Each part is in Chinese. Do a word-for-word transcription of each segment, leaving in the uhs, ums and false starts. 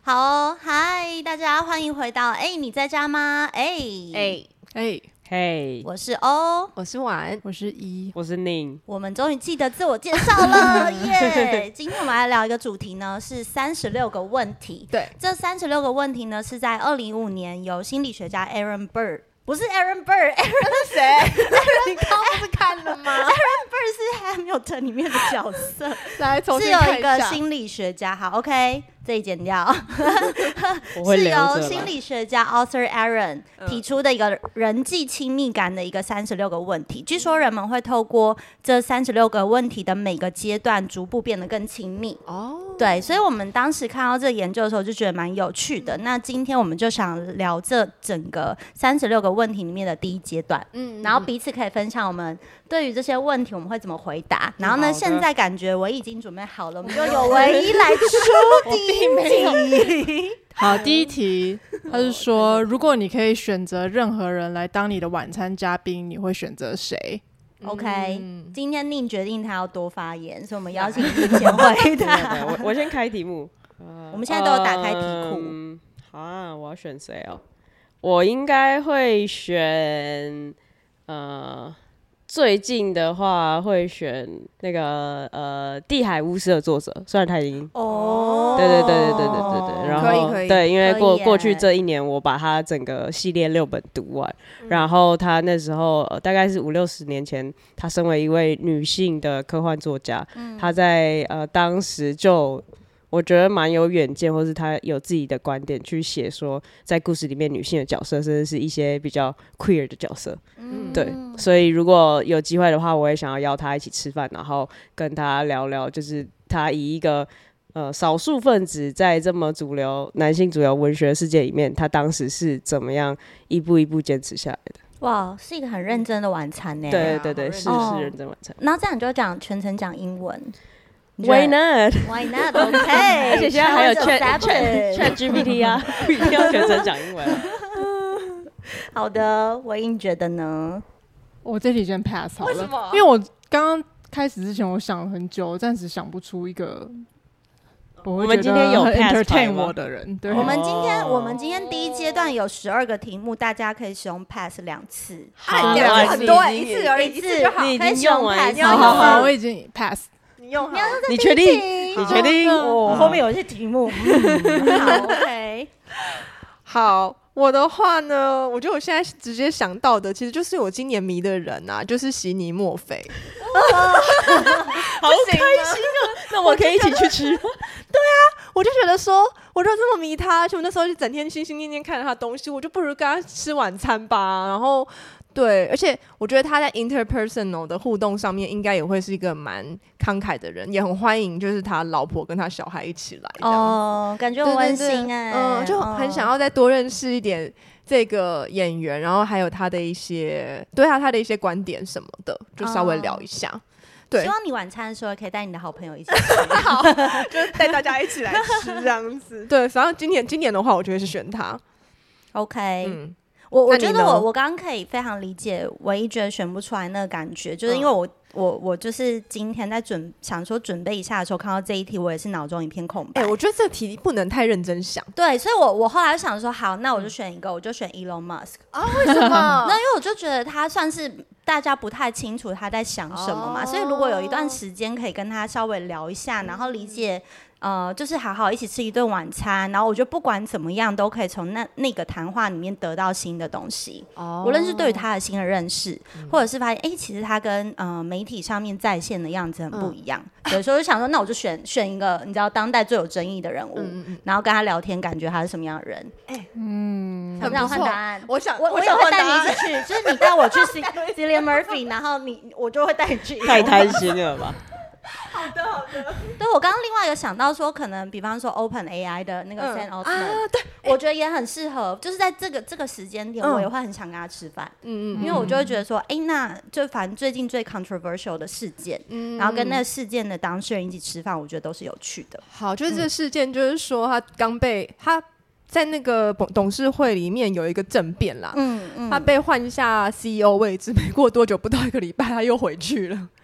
好哦，嗨，大家欢迎回到哎，你在家吗？哎哎哎嘿， 我是欧， 我是婉， 我是一， 我是宁。 我们终于记得自我介绍了耶！今天我们来聊一个主题呢，是三十六个问题。 对， 这三十六个问题呢，是在二零一五年由心理学家 Aaron Burr。不是 Aaron Burr，Aaron 是谁？你刚刚不是看了吗 ？Aaron Burr 是 Hamilton 里面的角色， 来重是新看一下。 有一个心理学家。好 ，OK， 这一剪掉。 我会是留着啦由心理学家 Arthur Aaron 提出的一个人际亲密感的一个三十六个问题。据说人们会透过这三十六个问题的每个阶段，逐步变得更亲密。 哦， 对，所以我们当时看到这个研究的时候，就觉得蛮有趣的。那今天我们就想聊这整个三十六个问题里面的第一阶段，嗯，然后彼此可以分享我们对于这些问题我们会怎么回答。然后呢，现在感觉唯一已经准备好了，我们就由唯一来出第一题。 好，第一题，他是说，如果你可以选择任何人来当你的晚餐嘉宾，你会选择谁？ OK，、 嗯今天宁决定他要多发言，所以我们邀请宁先回答。 对对对我我先开题目。 呃、我们现在都有打开题库。 嗯，好啊，我要选谁哦？我应该会选，呃，最近的话会选那个呃《地海巫师》的作者，虽然他已经哦， 对对对对对对对对，然后可以可以对，因为过可以耶过去这一年我把他整个系列六本读完， 嗯然后他那时候、呃、大概是五六十年前，他身为一位女性的科幻作家， 嗯他在呃当时就。我觉得蛮有远见，或是他有自己的观点去写说，在故事里面女性的角色，甚至是一些比较 queer 的角色。 嗯对，所以如果有机会的话，我也想要邀他一起吃饭，然后跟他聊聊，就是他以一个呃少数分子在这么主流男性主流文学世界里面，他当时是怎么样一步一步坚持下来的。 哇，是一个很认真的晚餐呢。 对对对，是哦是认真晚餐。 然后这样你就讲全程讲英文。 Why not？ Why not? OK， 而且现在还有 Chat Chat Chat Chat G P T 啊，不一定要全程讲英文啊。 好的，我英觉得呢？ 我这题先 pass 好了， 为什么因为我刚刚开始之前我想了很久，暂时想不出一个我会我们今天有觉得很 pass 牌 entertain 吗我的人。对， 我们今天哦我们今天第一阶段有十二个题目，大家可以使用 pass 两次。 啊， 好两次很多， 你一次而已， 一一次就好。 你已经可以使用用完 pass。 一次好好好， 好我已经 pass。 你用好。 你确定？你确定？ 我后面有一些题目。嗯好 OK。 好，我的话呢，我觉得我现在直接想到的，其实就是我今年迷的人啊，就是席尼墨菲。 好开心啊！那我可以一起去吃。 我就觉得说，我就这么迷他，而且我那时候就整天心心念念看着他的东西，我就不如跟他吃晚餐吧。然后，对，而且我觉得他在 interpersonal 的互动上面，应该也会是一个蛮慷慨的人，也很欢迎就是他老婆跟他小孩一起来这样子。 哦，感觉很温馨哎。 嗯，就很想要再多认识一点这个演员，然后还有他的一些对啊他的一些观点什么的，就稍微聊一下。对希，望你晚餐的时候可以带你的好朋友一起吃。 好，就是带大家一起来吃这样子。对，然后今年今年的话，我就会是选他。 OK，、 嗯， 我我那你呢觉得我我刚刚可以非常理解，唯一觉得选不出来那个感觉，就是因为我、我我就是今天在准想说准备一下的时候，看到这一题，我也是脑中一片空白。 哎、我觉得这题不能太认真想对，所以我我后来就想说，好，那我就选一个，我就选 Elon Musk。 啊。为什么？ 那因为我就觉得他算是大家不太清楚他在想什么嘛， 哦所以如果有一段时间可以跟他稍微聊一下，然后理解。呃，就是好好一起吃一顿晚餐，然后我觉得不管怎么样，都可以从那那个谈话里面得到新的东西。 哦无论是对于他的新的认识，或者是发现，哎、其实他跟呃媒体上面在线的样子很不一样。有时候就想说，那我就选选一个你知道当代最有争议的人物， 嗯嗯然后跟他聊天，感觉他是什么样的人。 嗯， 想不想换答案？ 我想， 我我也想会带你换答案一起去，就是你带我去 Cillian Murphy， 然后你我就会带你去。 太贪心了吧？ 对，我刚刚另外一个想到说，可能比方说 Open A I 的那个嗯 Sam Altman，、 啊，对， 我觉得也很适合，就是在这个这个时间点， 嗯我也会很想跟他吃饭。 嗯因为我就会觉得说，哎、那就反正最近最 controversial 的事件， 嗯然后跟那个事件的当事人一起吃饭，我觉得都是有趣的。 好，就是这个事件，就是说他刚被他在那个董董事会里面有一个政变啦， 嗯嗯他被换下 C E O 位置，没过多久，不到一个礼拜，他又回去了。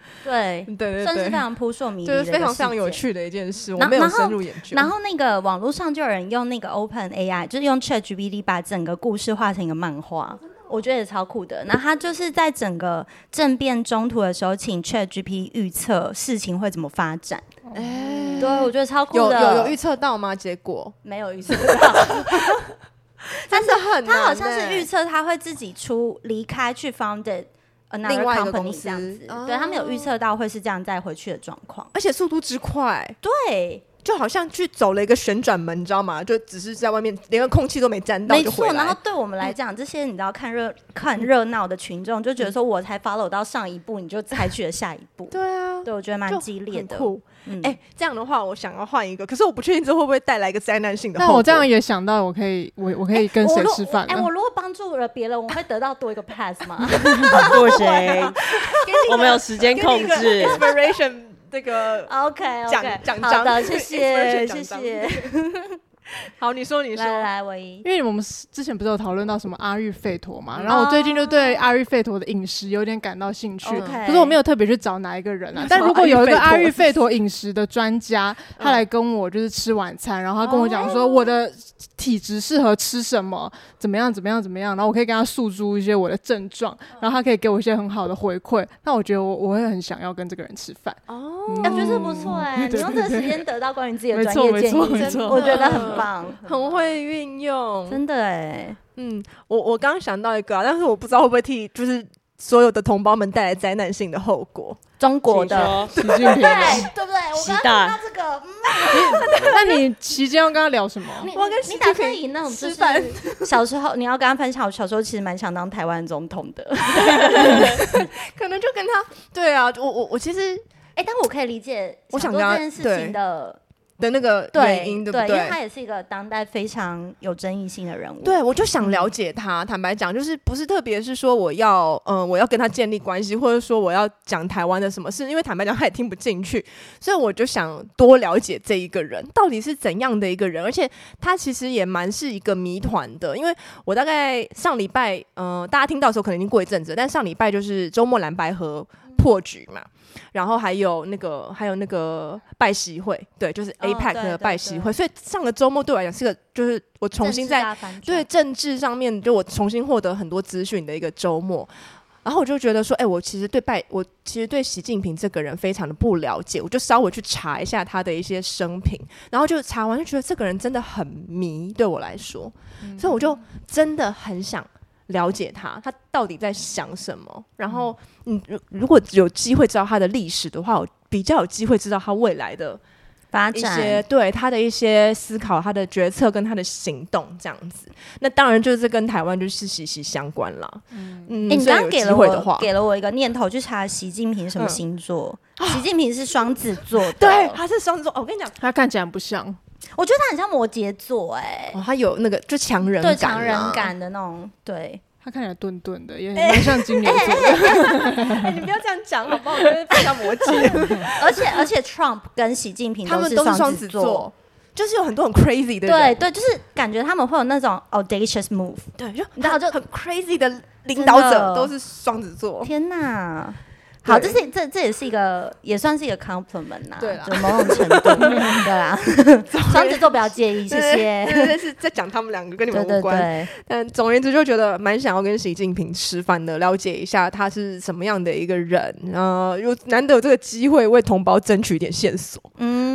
对对对对， 算是非常扑朔迷离的一个事件， 就是非常非常有趣的一件事，我没有深入研究。 然后那个网络上就有人用那个 Open A I， 就是用 ChatGPT 把整个故事画成一个漫画。我觉得也超酷的。那他就是在整个政变中途的时候，请 ChatGPT 预测事情会怎么发展。哎、对，我觉得超酷的。 有有有预测到吗？结果没有预测到。但是很难、欸， 他好像是预测他会自己出离开去 founded another 另外一个 company 公司这样子。 哦、 对他们有预测到会是这样再回去的状况， 而且速度之快。 对。 就好像去走了一个旋转门，你知道吗？就只是在外面连个空气都没沾到就回来。 没错，然后对我们来讲，这些你知道看热看热闹的群众就觉得说，我才 follow 到上一步，你就采取了下一步。 对啊， 对我觉得蛮激烈的。 酷。哎、嗯欸，这样的话，我想要换一个，可是我不确定这会不会带来一个灾难性的后果。 那我这样也想到，我可以，我我可以跟谁吃饭？ 哎、欸，我如果帮助了别人，我会得到多一个 pass 吗？ 不行，我们有时间控制。 inspiration 这个 OK OK， 奖奖章， 好的，谢谢谢谢。 好，你说你说， 来来，唯一， 因为我们之前不是有讨论到什么阿育吠陀嘛，然后我最近就对阿育吠陀的饮食有点感到兴趣， okay. 可是我没有特别去找哪一个人啊。但如果有一个阿育吠陀饮食的专家，他来跟我就是吃晚餐，然后他跟我讲说我的体质适合吃什么，怎么样怎么样怎么样，然后我可以跟他诉诸一些我的症状，然后他可以给我一些很好的回馈。那我觉得我我会很想要跟这个人吃饭。 哦，我觉得这不错哎，你用这个时间得到关于自己的专业建议，我觉得很棒， 很会运用， 真的哎。 嗯，我我刚刚想到一个、啊，但是我不知道会不会替就是所有的同胞们带来灾难性的后果。 中国的习近平，对对不对？我刚刚看到这个， 嗯、那你期间要跟他聊什么？ 你我跟你打算以那种就是小时候你要跟他分享，我小时候其实蛮想当台湾总统的， 可能就跟他对啊，我我我其实哎、欸，但我可以理解我想做这件事情的。 的那个原因， 对, 对不对？ 因为他也是一个当代非常有争议性的人物。 对，我就想了解他。嗯、坦白讲，就是不是特别是说我要，嗯、呃，我要跟他建立关系，或者说我要讲台湾的什么事，因为坦白讲他也听不进去，所以我就想多了解这一个人到底是怎样的一个人，而且他其实也蛮是一个谜团的。因为我大概上礼拜，嗯、呃，大家听到的时候可能已经过一阵子，但上礼拜就是周末蓝白合破局嘛。然后还有那个，还有那个拜习会，对，就是 A P E C 的拜习会，哦、所以上个周末对我来讲是个，就是我重新在对政治上面，就我重新获得很多资讯的一个周末。然后我就觉得说，哎、欸，我其实对拜，我其实对习近平这个人非常的不了解，我就稍微去查一下他的一些生平，然后就查完就觉得这个人真的很迷，对我来说，嗯、所以我就真的很想了解他，他到底在想什么。然后，嗯，如果有机会知道他的历史的话，我比较有机会知道他未来的发展， 一些对他的一些思考、他的决策跟他的行动这样子。那当然就是跟台湾就是息息相关啦。嗯，嗯欸、你刚刚给了我给了我一个念头，去查习近平什么星座？嗯、习近平是双子座的， 对，他是双子座。哦、我跟你讲， 他看起来不像。 我觉得他很像摩羯座、欸，哎、 哦，他有那个就强人感、啊， 对强人感的那种，对。 他看起来顿顿的，也蛮像金牛座的。哎、 欸欸欸，你不要这样讲好不好？我觉得非常摩羯。 而且而且 Trump 跟习近平都是双子座，就是有很多很 crazy 的人。 对对，就是感觉他们会有那种 audacious move。 对，就你知道就很 crazy 的领导者都是双子座。 天哪！好，这是这这也是一个，也算是一个 compliment 呐、啊， 对啦， 就某种程度，对啦。双子座不要介意，谢谢。 对对，是在讲他们两个跟你们无关。 对对对， 但总而言之，就觉得蛮想要跟习近平吃饭的，了解一下他是什么样的一个人。呃，有难得有这个机会为同胞争取一点线索。 嗯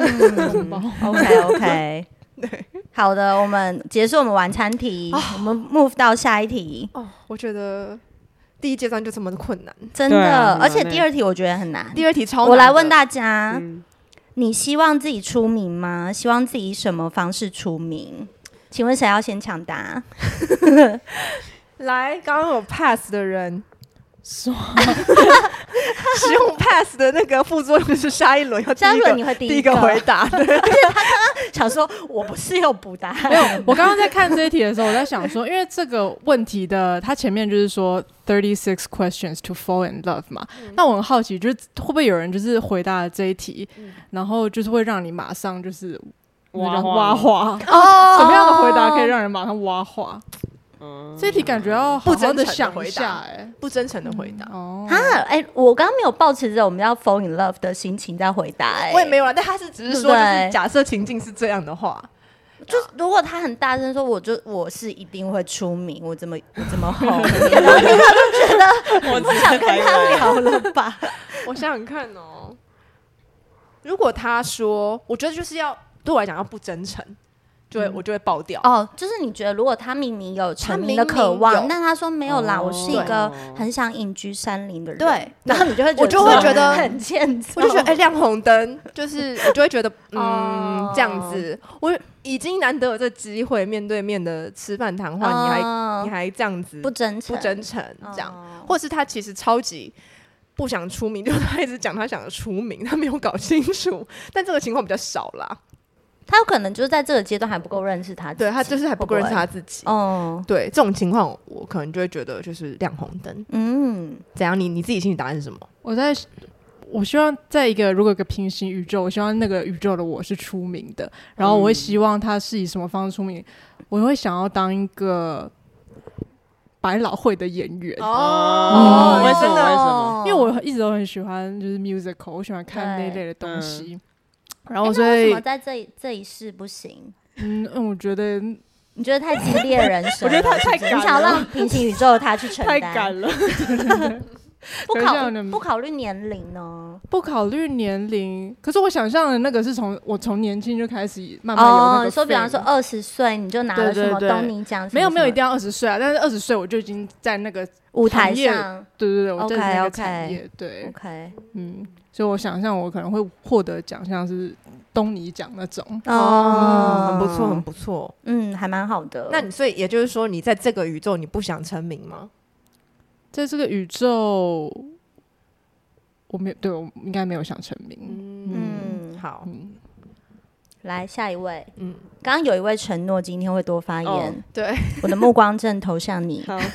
，OK OK。对，好的，我们结束我们晚餐题，哦、我们 move 到下一题。 哦，我觉得。第一阶段就这么困难， 真的，啊、而且第二题我觉得很难。 第二题超难。 我来问大家、嗯，你希望自己出名吗？希望自己以什么方式出名？请问谁要先抢答？ 来，刚刚有 pass 的人。使用 pass 的那个副作用是下一轮要下一轮你会第一个回答，而且他刚刚想说我不是有补答案， 没有。我刚刚在看这一题的时候，我在想说，因为这个问题的它前面就是说 thirty-six questions to fall in love 嘛，嗯、那我很好奇，就是会不会有人就是回答了这一题，嗯、然后就是会让你马上就是挖挖花哦，什么样的回答可以让人马上挖花？ 嗯，这题感觉要好好的想一下，哎， 不真诚的回答。 哦，哈，哎，我刚刚没有抱持着我们要 fall in love 的心情在回答，哎， 我也没有啦，但他是只是说，就是假设情境是这样的话。 就如果他很大声说，我就我是一定会出名，我怎么我怎么红，然后你就觉得我不想跟他聊了吧？ 我想想看哦，如果他说，我觉得就是要对我来讲要不真诚，就会、嗯、我就会爆掉。 哦，就是你觉得如果他明明有成名的渴望，但他说没有啦，哦、我是一个很想隐居山林的人， 对， 然后你就会觉得我就会觉得很欠揍， 我就觉得哎、欸、亮红灯，就是我就会觉得嗯、哦、这样子，我已经难得有这机会面对面的吃饭谈话，哦、你还你还这样子不真诚不真诚这样，哦、或是他其实超级。不想出名，就是他一直讲他想出名，他没有搞清楚，但这个情况比较少啦。 他有可能就是在这个阶段还不够认识他自己， 对他就是还不够认识他自己。哦，对，这种情况我可能就会觉得就是亮红灯。嗯，怎样？你你自己心里答案是什么？ 我在，我希望在一个如果有个平行宇宙，我希望那个宇宙的我是出名的，然后我会希望他是以什么方式出名？嗯、我会想要当一个。百老汇的演员哦，为什么？为什么？因为我一直都很喜欢就是 musical， 我喜欢看那类的东西。嗯、然后所以、 欸、为什么在这一这一世不行？ 嗯，我觉得你觉得太激烈人生， 我觉得他太赶了， 你想要让平行宇宙他去承担， 太赶了。 不考不考虑年龄呢？ 不考虑年龄，可是我想象的那个是从我从年轻就开始慢慢有那个。 哦，说比方说二十岁你就拿了什么东尼奖？ 没有没有一定要二十岁啊，但是二十岁我就已经在那个舞台上。 对对对，我在那个产业。对 ，OK， 嗯，所以我想象我可能会获得奖项是东尼奖那种。 哦，很不错，很不错。 嗯，还蛮好的。 那你所以也就是说，你在这个宇宙你不想成名吗？ 在这个宇宙，我没有，对我应该没有想成名。 嗯，嗯好，嗯， 来下一位。嗯，刚刚有一位承诺今天会多发言，哦、 对， 我的目光正投向你。 好，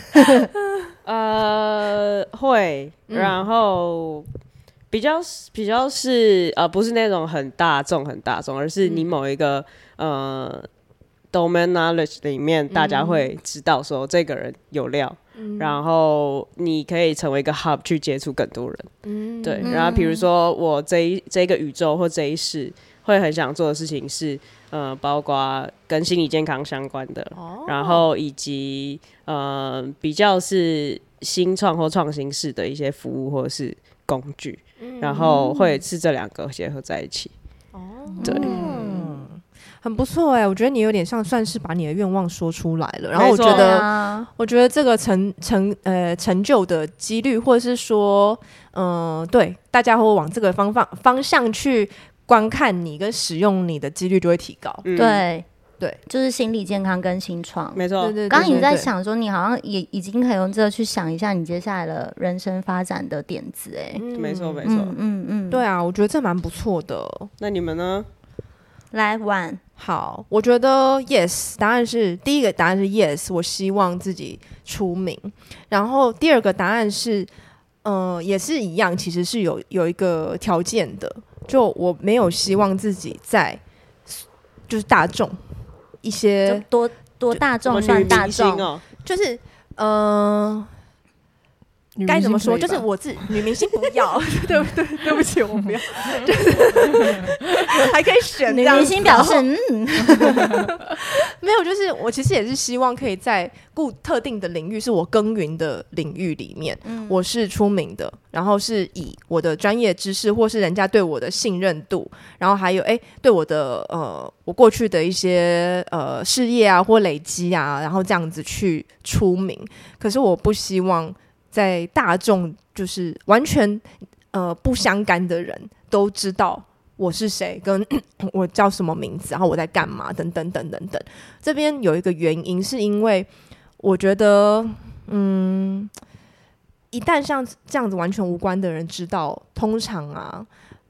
呃，会，然后比较比较是呃，不是那种很大众很大众，而是你某一个、嗯、呃 domain knowledge 里面，大家会知道说这个人有料。嗯、然后你可以成为一个 hub 去接触更多人，嗯、对。然后比如说我这一这个宇宙或这一世会很想做的事情是，呃，包括跟心理健康相关的，哦、然后以及呃比较是新创或创新式的一些服务或者是工具，嗯、然后会是这两个结合在一起。哦，对。 很不错哎、欸，我觉得你有点像算是把你的愿望说出来了，然后我觉得，啊、我觉得这个成成呃成就的几率，或者是说，嗯、呃，对，大家会往这个方方方向去观看你跟使用你的几率就会提高。 嗯、对对， 就是心理健康跟新创， 没错。 刚刚你在想说，你好像也已经可以用这个去想一下你接下来的人生发展的点子哎、欸嗯，没错没错， 嗯嗯嗯， 对啊，我觉得这蛮不错的。 那你们呢？ 来玩。 好，我觉得 yes， 答案是第一个答案是 yes， 我希望自己出名。然后第二个答案是，呃，也是一样，其实是有有一个条件的，就我没有希望自己在就是大众一些多多大众算大众、 哦、 就是呃。该怎么说？就是我自己女明星不要，对不对？对不起，我不要，就是还可以选女明星表示，嗯， 没有，就是我其实也是希望可以在固特定的领域，是我耕耘的领域里面，嗯、我是出名的，然后是以我的专业知识或是人家对我的信任度，然后还有哎、欸、对我的呃我过去的一些呃事业啊或累积啊，然后这样子去出名。可是我不希望。在大众就是完全呃不相干的人都知道我是谁，跟我叫什么名字，然后我在干嘛，等等等等等。这边有一个原因，是因为我觉得，嗯，一旦像这样子完全无关的人知道，通常啊，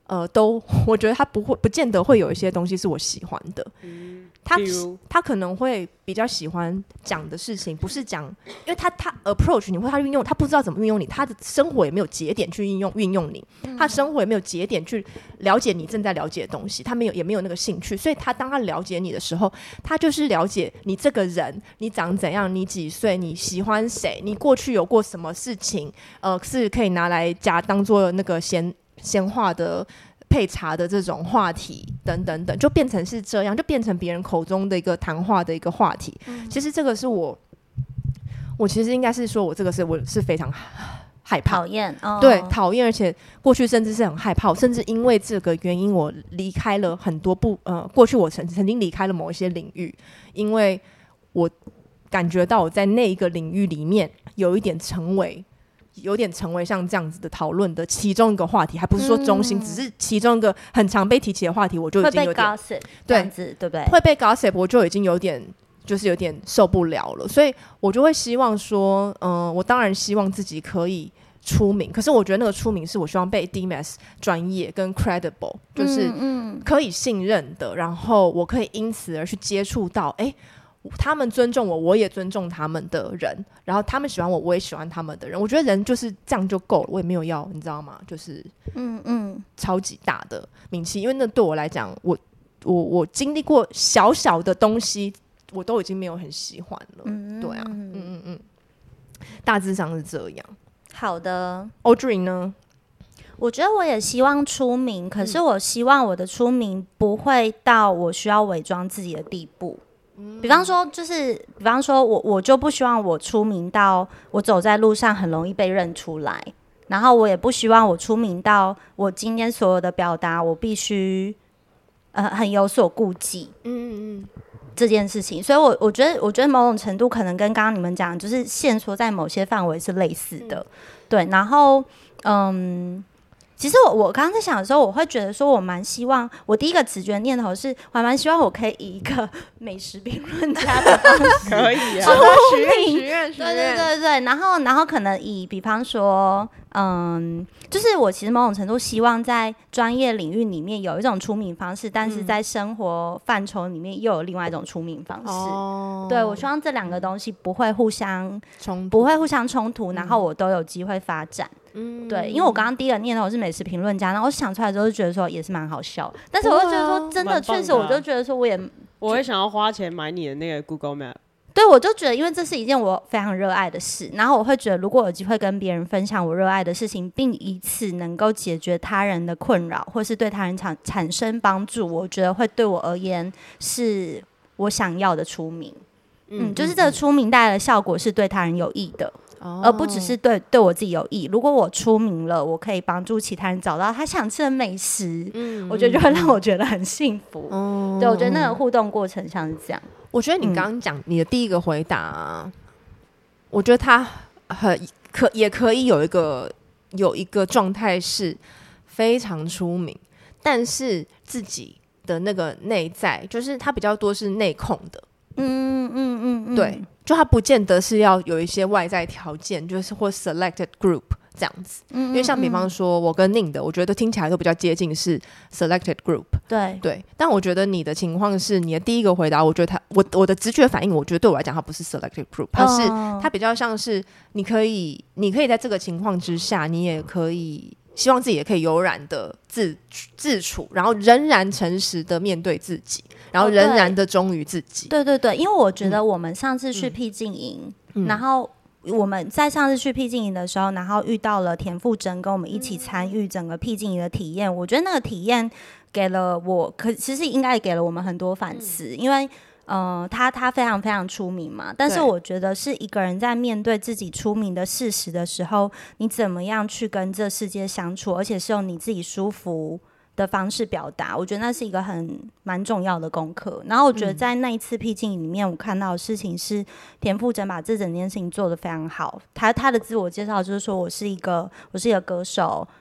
呃，都我觉得他不会不见得会有一些东西是我喜欢的。嗯，他他可能会比较喜欢讲的事情，不是讲，因为他他 approach 你或他运用，他不知道怎么运用你，他的生活也没有节点去运用运用你，他生活也没有节点去了解你正在了解的东西，他没有也没有那个兴趣，所以他当他了解你的时候，他就是了解你这个人，你长怎样，你几岁，你喜欢谁，你过去有过什么事情，呃，是可以拿来加当做那个闲闲话的。配茶的这种话题等等等，就变成是这样，就变成别人口中的一个谈话的一个话题。嗯、其实这个是我，我其实应该是说我这个是我是非常害怕、 讨厌，哦、 对，讨厌，而且过去甚至是很害怕，甚至因为这个原因，我离开了很多不呃，过去我曾曾经离开了某一些领域，因为我感觉到我在那一个领域里面有一点成为。有点成为像这样子的讨论的其中一个话题，还不是说中心、嗯、只是其中一个很常被提起的话题，我就已经有点会被 gossip 这样子，对不对？ 会被 gossip， 我就已经有点就是有点受不了了，所以我就会希望说，嗯、呃，我当然希望自己可以出名，可是我觉得那个出名是我希望被 deem as 专业跟 credible， 就是可以信任的，然后我可以因此而去接触到，哎。他们尊重我，我也尊重他们的人，然后他们喜欢我，我也喜欢他们的人。我觉得人就是这样就够了，我也没有要，你知道吗？就是嗯嗯，超级大的名气，因为那对我来讲，我我我经历过小小的东西，我都已经没有很喜欢了。嗯、对啊，嗯嗯嗯，大致上是这样。 好的 ，Audrey 呢？ 我觉得我也希望出名，可是我希望我的出名不会到我需要伪装自己的地步。比方说，就是比方说我我就不希望我出名到我走在路上很容易被认出来，然后我也不希望我出名到我今天所有的表达我必须呃很有所顾忌，嗯嗯这件事情。所以我我觉得我觉得某种程度可能跟刚刚你们讲，就是限缩在某些范围是类似的，嗯、对。然后嗯。其实我我刚刚在想的时候，我会觉得说，我蛮希望，我第一个直觉念头是，我还蛮希望我可以以一个美食评论家的方式， 可以啊， 许愿许愿许愿， 对对对对，然后然后可能以比方说，嗯，就是我其实某种程度希望在专业领域里面有一种出名方式，但是在生活范畴里面又有另外一种出名方式。哦、对，我希望这两个东西不会互相冲，不会互相冲突，然后我都有机会发展。嗯，对，因为我刚刚第一个念头是美食评论家，然后我想出来之后就觉得说也是蛮好笑，但是我就觉得说真的确实，我就觉得说我也我会想要花钱买你的那个 Google Map。 对，我就觉得因为这是一件我非常热爱的事，然后我会觉得如果有机会跟别人分享我热爱的事情，并以此能够解决他人的困扰，或是对他人产产生帮助，我觉得会对我而言是我想要的出名。嗯，嗯就是这个出名带来的效果是对他人有益的。Oh. 而不只是对对我自己有益。如果我出名了，我可以帮助其他人找到他想吃的美食，嗯、我觉得就会让我觉得很幸福。Oh. 对，我觉得那个互动过程像是这样。 我觉得你刚刚讲你的第一个回答、啊嗯，我觉得他很可也可以有一个有一个状态是非常出名，但是自己的那个内在就是他比较多是内控的。嗯嗯嗯嗯，对。就它不见得是要有一些外在条件，就是或 selected group 这样子，嗯嗯嗯因为像比方说我跟宁的，我觉得听起来都比较接近是 selected group， 对对。但我觉得你的情况是，你的第一个回答，我觉得他我我的直觉反应，我觉得对我来讲，它不是 selected group， 它是、哦、它比较像是你可以你可以在这个情况之下，你也可以希望自己也可以悠然的自自处，然后仍然诚实的面对自己。然后仍然的忠于自己、 哦、对, 对对对，因为我觉得我们上次去僻静营、嗯、然后我们在上次去僻静营的时候，然后遇到了田馥甄跟我们一起参与整个僻静营的体验、嗯、我觉得那个体验给了我，可其实应该也给了我们很多反思、嗯、因为呃，他他非常非常出名嘛，但是我觉得是一个人在面对自己出名的事实的时候，你怎么样去跟这世界相处，而且是用你自己舒服的方式表达，我觉得那是一个很蛮重要的功课。然后我觉得在那一次僻静里面，我看到的事情是田馥甄把这整件事情做得非常好。他他的自我介绍就是说，我是一个我是一个歌手，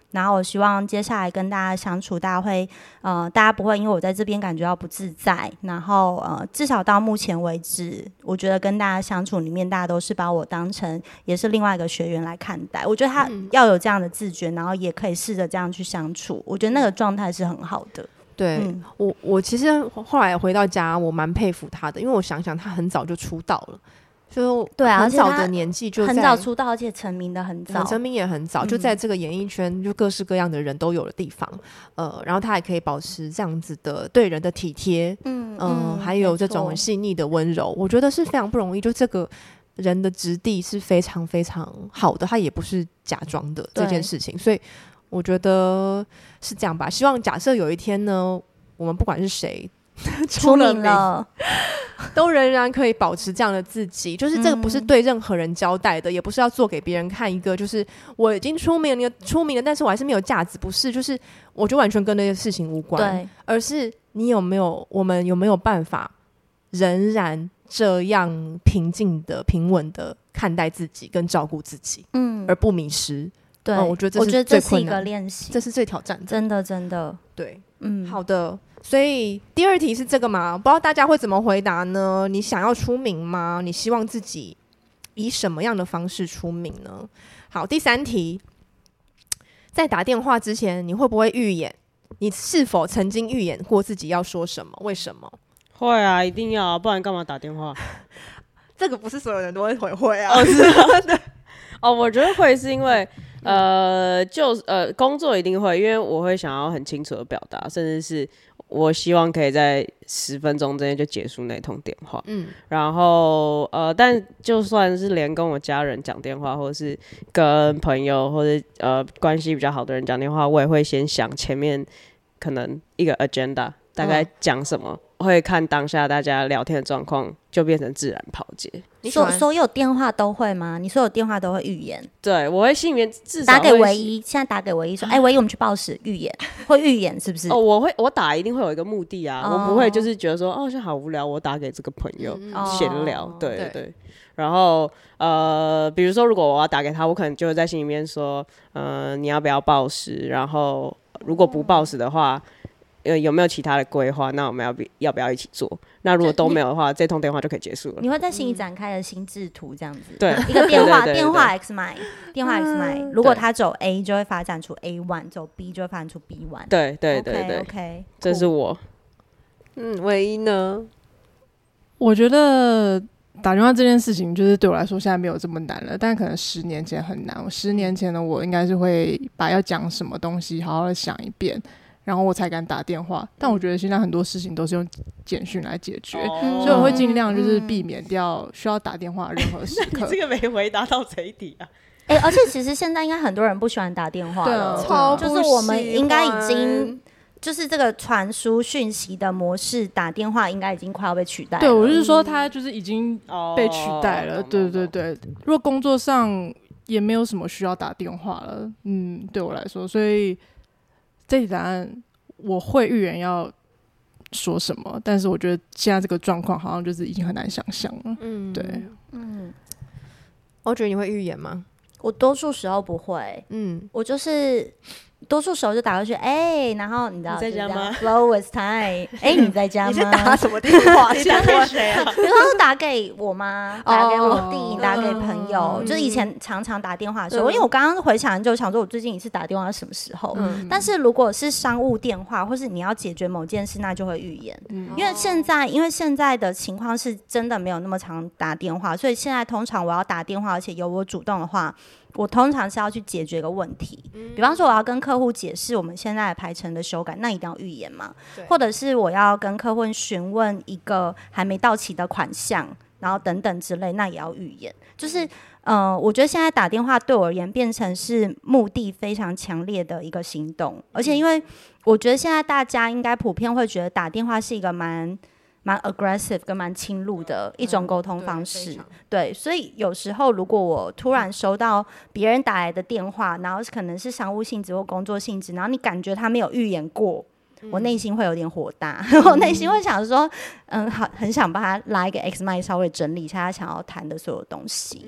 然后我希望接下来跟大家相处，大家会呃，大家不会因为我在这边感觉到不自在，然后呃，至少到目前为止，我觉得跟大家相处里面，大家都是把我当成也是另外一个学员来看待。我觉得他要有这样的自觉，然后也可以试着这样去相处，我觉得那个状态是很好的。 对、嗯、我我其实后来回到家，我蛮佩服他的，因为我想想他很早就出道了。就很早的年纪就在很早出道，而且成名的很早， 成名也很早、嗯，就在这个演艺圈，就各式各样的人都有的地方，呃，然后他还可以保持这样子的对人的体贴，嗯嗯、呃，还有这种很细腻的温柔，我觉得是非常不容易。就这个人的质地是非常非常好的，他也不是假装的这件事情，所以我觉得是这样吧。希望假设有一天呢，我们不管是谁出名了。 都仍然可以保持这样的自己，就是这个不是对任何人交代的、嗯、也不是要做给别人看一个就是我已经出名了出名了但是我还是没有价值，不是，就是我就完全跟那些事情无关，对，而是你有没有我们有没有办法仍然这样平静的平稳的看待自己跟照顾自己，嗯，而不迷失。对、嗯、我觉得这是最困难，我觉得这是一个练习，这是最挑战的， 真的真的。 对，嗯，好的。所以第二题是这个嘛？不知道大家会怎么回答呢？你想要出名吗？你希望自己以什么样的方式出名呢？好，第三题，在打电话之前，你会不会预演？你是否曾经预演过自己要说什么？为什么？ 会啊，一定要啊，不然干嘛打电话？ 这个不是所有人都会回会啊。 哦，是啊，对。哦，我觉得会是因为呃，就呃，工作一定会，因为我会想要很清楚的表达，甚至是我希望可以在十分钟之内就结束那通电话。嗯，然后呃，但就算是连跟我家人讲电话，或者是跟朋友或者呃关系比较好的人讲电话，我也会先想前面可能一个 agenda 大概讲什么。嗯，会看当下大家聊天的状况，就变成自然抛接。 你所所有电话都会吗？你所有电话都会预演？ 对，我会心里面至少打给唯一，现在打给唯一说，哎、欸，唯一我们去报时预演，会预演是不是？ 哦，我会，我打一定会有一个目的啊，哦、我不会就是觉得说，哦，现在好无聊，我打给这个朋友闲、嗯、聊，对 对, 对。然后呃，比如说如果我要打给他，我可能就会在心里面说，呃，你要不要报时？然后如果不报时的话。呃，有没有其他的规划？那我们要不要不要一起做？那如果都没有的话，这通电话就可以结束了。 你会在心里展开的心智图这样子， 对， 一个电话，电话 X 买，电话 X 买。如果它走 A， 就会发展出 A 一， 走 B 就会发展出 B 一。 对对对对 ，OK，, okay 这是我。 嗯，唯一呢？ 我觉得打电话这件事情，就是对我来说现在没有这么难了，但可能十年前很难。十年前的我应该是会把要讲什么东西好好的想一遍。然后我才敢打电话，但我觉得现在很多事情都是用简讯来解决，哦、所以我会尽量就是避免掉需要打电话的任何时刻。 你这个没回答到这一题啊！ 哎、欸，而且其实现在应该很多人不喜欢打电话了， 超就是我们应该已经就是这个传输讯息的模式，打电话应该已经快要被取代了。 对，我就是说它就是已经被取代了。哦、对对对，如果工作上也没有什么需要打电话了，嗯，对我来说，所以。这题答案我会预言要说什么，但是我觉得现在这个状况好像就是已经很难想象了。嗯，对， 嗯，我觉得你会预言吗？ 我多数时候不会，嗯，我就是多数时候就打过去，哎、欸，然后你知道你在家吗 ？Flow with time， 哎、欸，你在家吗？ 你是打什么电话？ 你打给谁啊？ 比如说打给我妈，打给我弟， oh, 打给朋友，嗯、就是以前常常打电话的时候，嗯、因为我刚刚回想就想说，我最近一次打电话是什么时候？嗯、但是如果是商务电话，或是你要解决某件事，那就会预言。嗯、因为现在，因为现在的情况是真的没有那么常打电话，所以现在通常我要打电话，而且由我主动的话。我通常是要去解决一个问题，嗯、比方说我要跟客户解释我们现在的排程的修改，那一定要预言嘛。或者是我要跟客户询问一个还没到期的款项，然后等等之类，那也要预言。就是，嗯、呃，我觉得现在打电话对我而言变成是目的非常强烈的一个行动，而且因为我觉得现在大家应该普遍会觉得打电话是一个蛮。蛮 aggressive 跟蛮侵入的一种沟通方式、嗯对，对，所以有时候如果我突然收到别人打来的电话，然后可能是商务性质或工作性质，然后你感觉他没有预言过，嗯、我内心会有点火大，嗯、我内心会想说，嗯，好，很想帮他拉一个 X 麦稍微整理一下他想要谈的所有东西，嗯、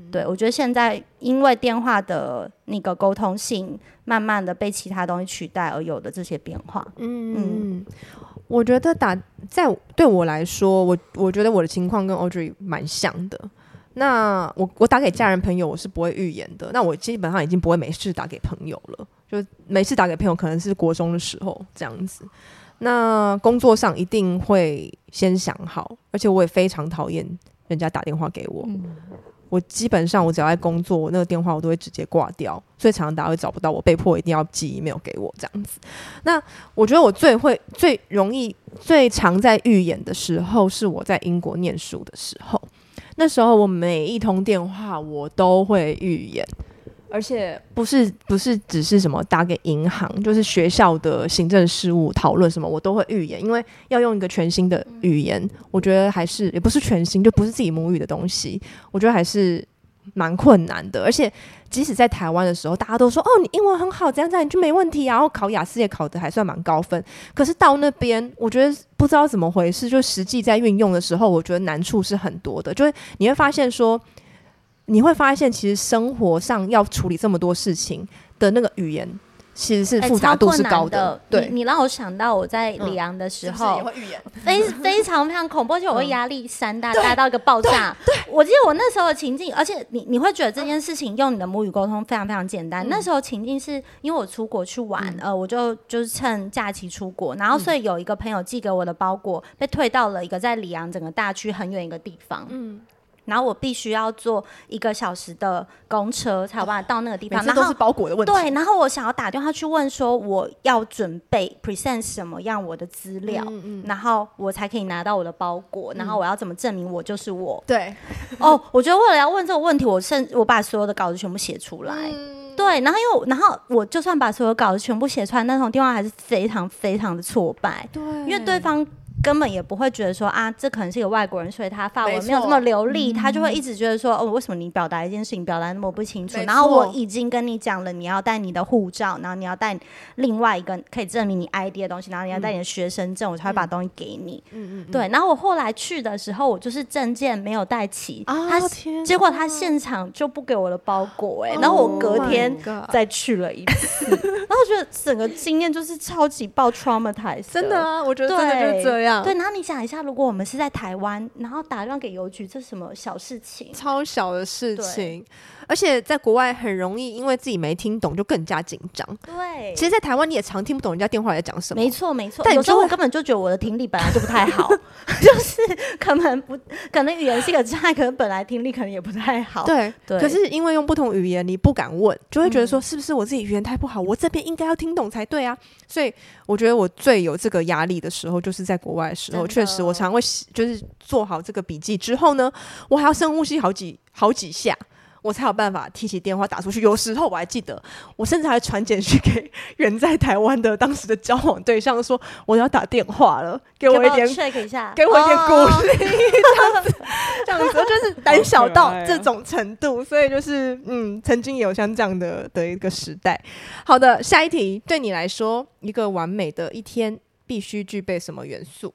对，我觉得现在因为电话的那个沟通性，慢慢的被其他东西取代而有的这些变化。 嗯嗯，我觉得打在对我来说，我我觉得我的情况跟 Audrey 蛮像的。那我我打给家人朋友，我是不会预言的。那我基本上已经不会没事打给朋友了，就没事打给朋友，可能是国中的时候这样子。那工作上一定会先想好，而且我也非常讨厌人家打电话给我。嗯，我基本上我只要在工作，我那个电话我都会直接挂掉，所以常常大家会找不到我，被迫一定要寄 email 给我这样子。那我觉得我最会、最容易、最常在预演的时候，是我在英国念书的时候。那时候我每一通电话我都会预演，而且不是不是只是什么打给银行，就是学校的行政事务讨论什么我都会预演，因为要用一个全新的语言，我觉得还是也不是全新，就不是自己母语的东西，我觉得还是蛮困难的。而且即使在台湾的时候，大家都说哦你英文很好，怎样怎样，你就没问题啊，然后考雅思也考得还算蛮高分。可是到那边，我觉得不知道怎么回事，就实际在运用的时候，我觉得难处是很多的。就是你会发现说，你会发现其实生活上要处理这么多事情的那个语言，其实是复杂度是高的。 欸、对，你, 你让我想到我在里昂的时候， 嗯、是是也会预言非非常非常恐怖，而且我会压力山大，大到一个爆炸。我记得我那时候的情境，而且你你会觉得这件事情用你的母语沟通非常非常简单。嗯、那时候情境是因为我出国去玩，嗯、呃，我就就是趁假期出国，然后所以有一个朋友寄给我的包裹被退到了一个在里昂整个大区很远一个地方。嗯。然后我必须要坐一个小时的公车才有办法到那个地方， 每次都是包裹的问题。 对，然后我想要打电话去问说我要准备 present 什么样我的资料，嗯嗯，然后我才可以拿到我的包裹，嗯、然后我要怎么证明我就是我？ 对， 哦，我觉得为了要问这个问题，我甚我把所有的稿子全部写出来。嗯，对，然后因为然后我就算把所有稿子全部写出来，那通电话还是非常非常的挫败。对，因为对方根本也不会觉得说啊，这可能是一个外国人，所以他法文没有这么流利，他就会一直觉得说，哦，为什么你表达一件事情表达那么不清楚？然后我已经跟你讲了，你要带你的护照，然后你要带另外一个可以证明你 I D 的东西，然后你要带你的学生证，嗯、我才会把东西给你。嗯嗯，对。然后我后来去的时候，我就是证件没有带齐，哦、他结果他现场就不给我的包裹、欸，哎、哦，然后我隔天再去了一次，然后我觉得整个经验就是超级爆 traumatized， 真的啊，我觉得真的就是这样。 对，然后你想一下，如果我们是在台湾，然后打电话给邮局，这是什么小事情？ 超小的事情，而且在国外很容易因为自己没听懂就更加紧张。 对， 其实，在台湾你也常听不懂人家电话在讲什么。 没错，没错。但有时候我根本就觉得我的听力本来就不太好，就是可能不，可能语言是一个障碍，可能本来听力可能也不太好。 对，对。可是因为用不同语言，你不敢问，就会觉得说是不是我自己语言太不好，我这边应该要听懂才对啊。所以我觉得我最有这个压力的时候，就是在国外的时候。确实，我常会就是做好这个笔记之后呢，我还要深呼吸好几好几下，我才有办法提起电话打出去。有时候我还记得，我甚至还传简讯给远在台湾的当时的交往对象，说我要打电话了，给我一点 check 一下， 给我一点鼓励，哦、这样子，这样子，就是胆小到这种程度。所以就是嗯，曾经也有像这样的的一个时代。好的，下一题，对你来说，一个完美的一天必须具备什么元素？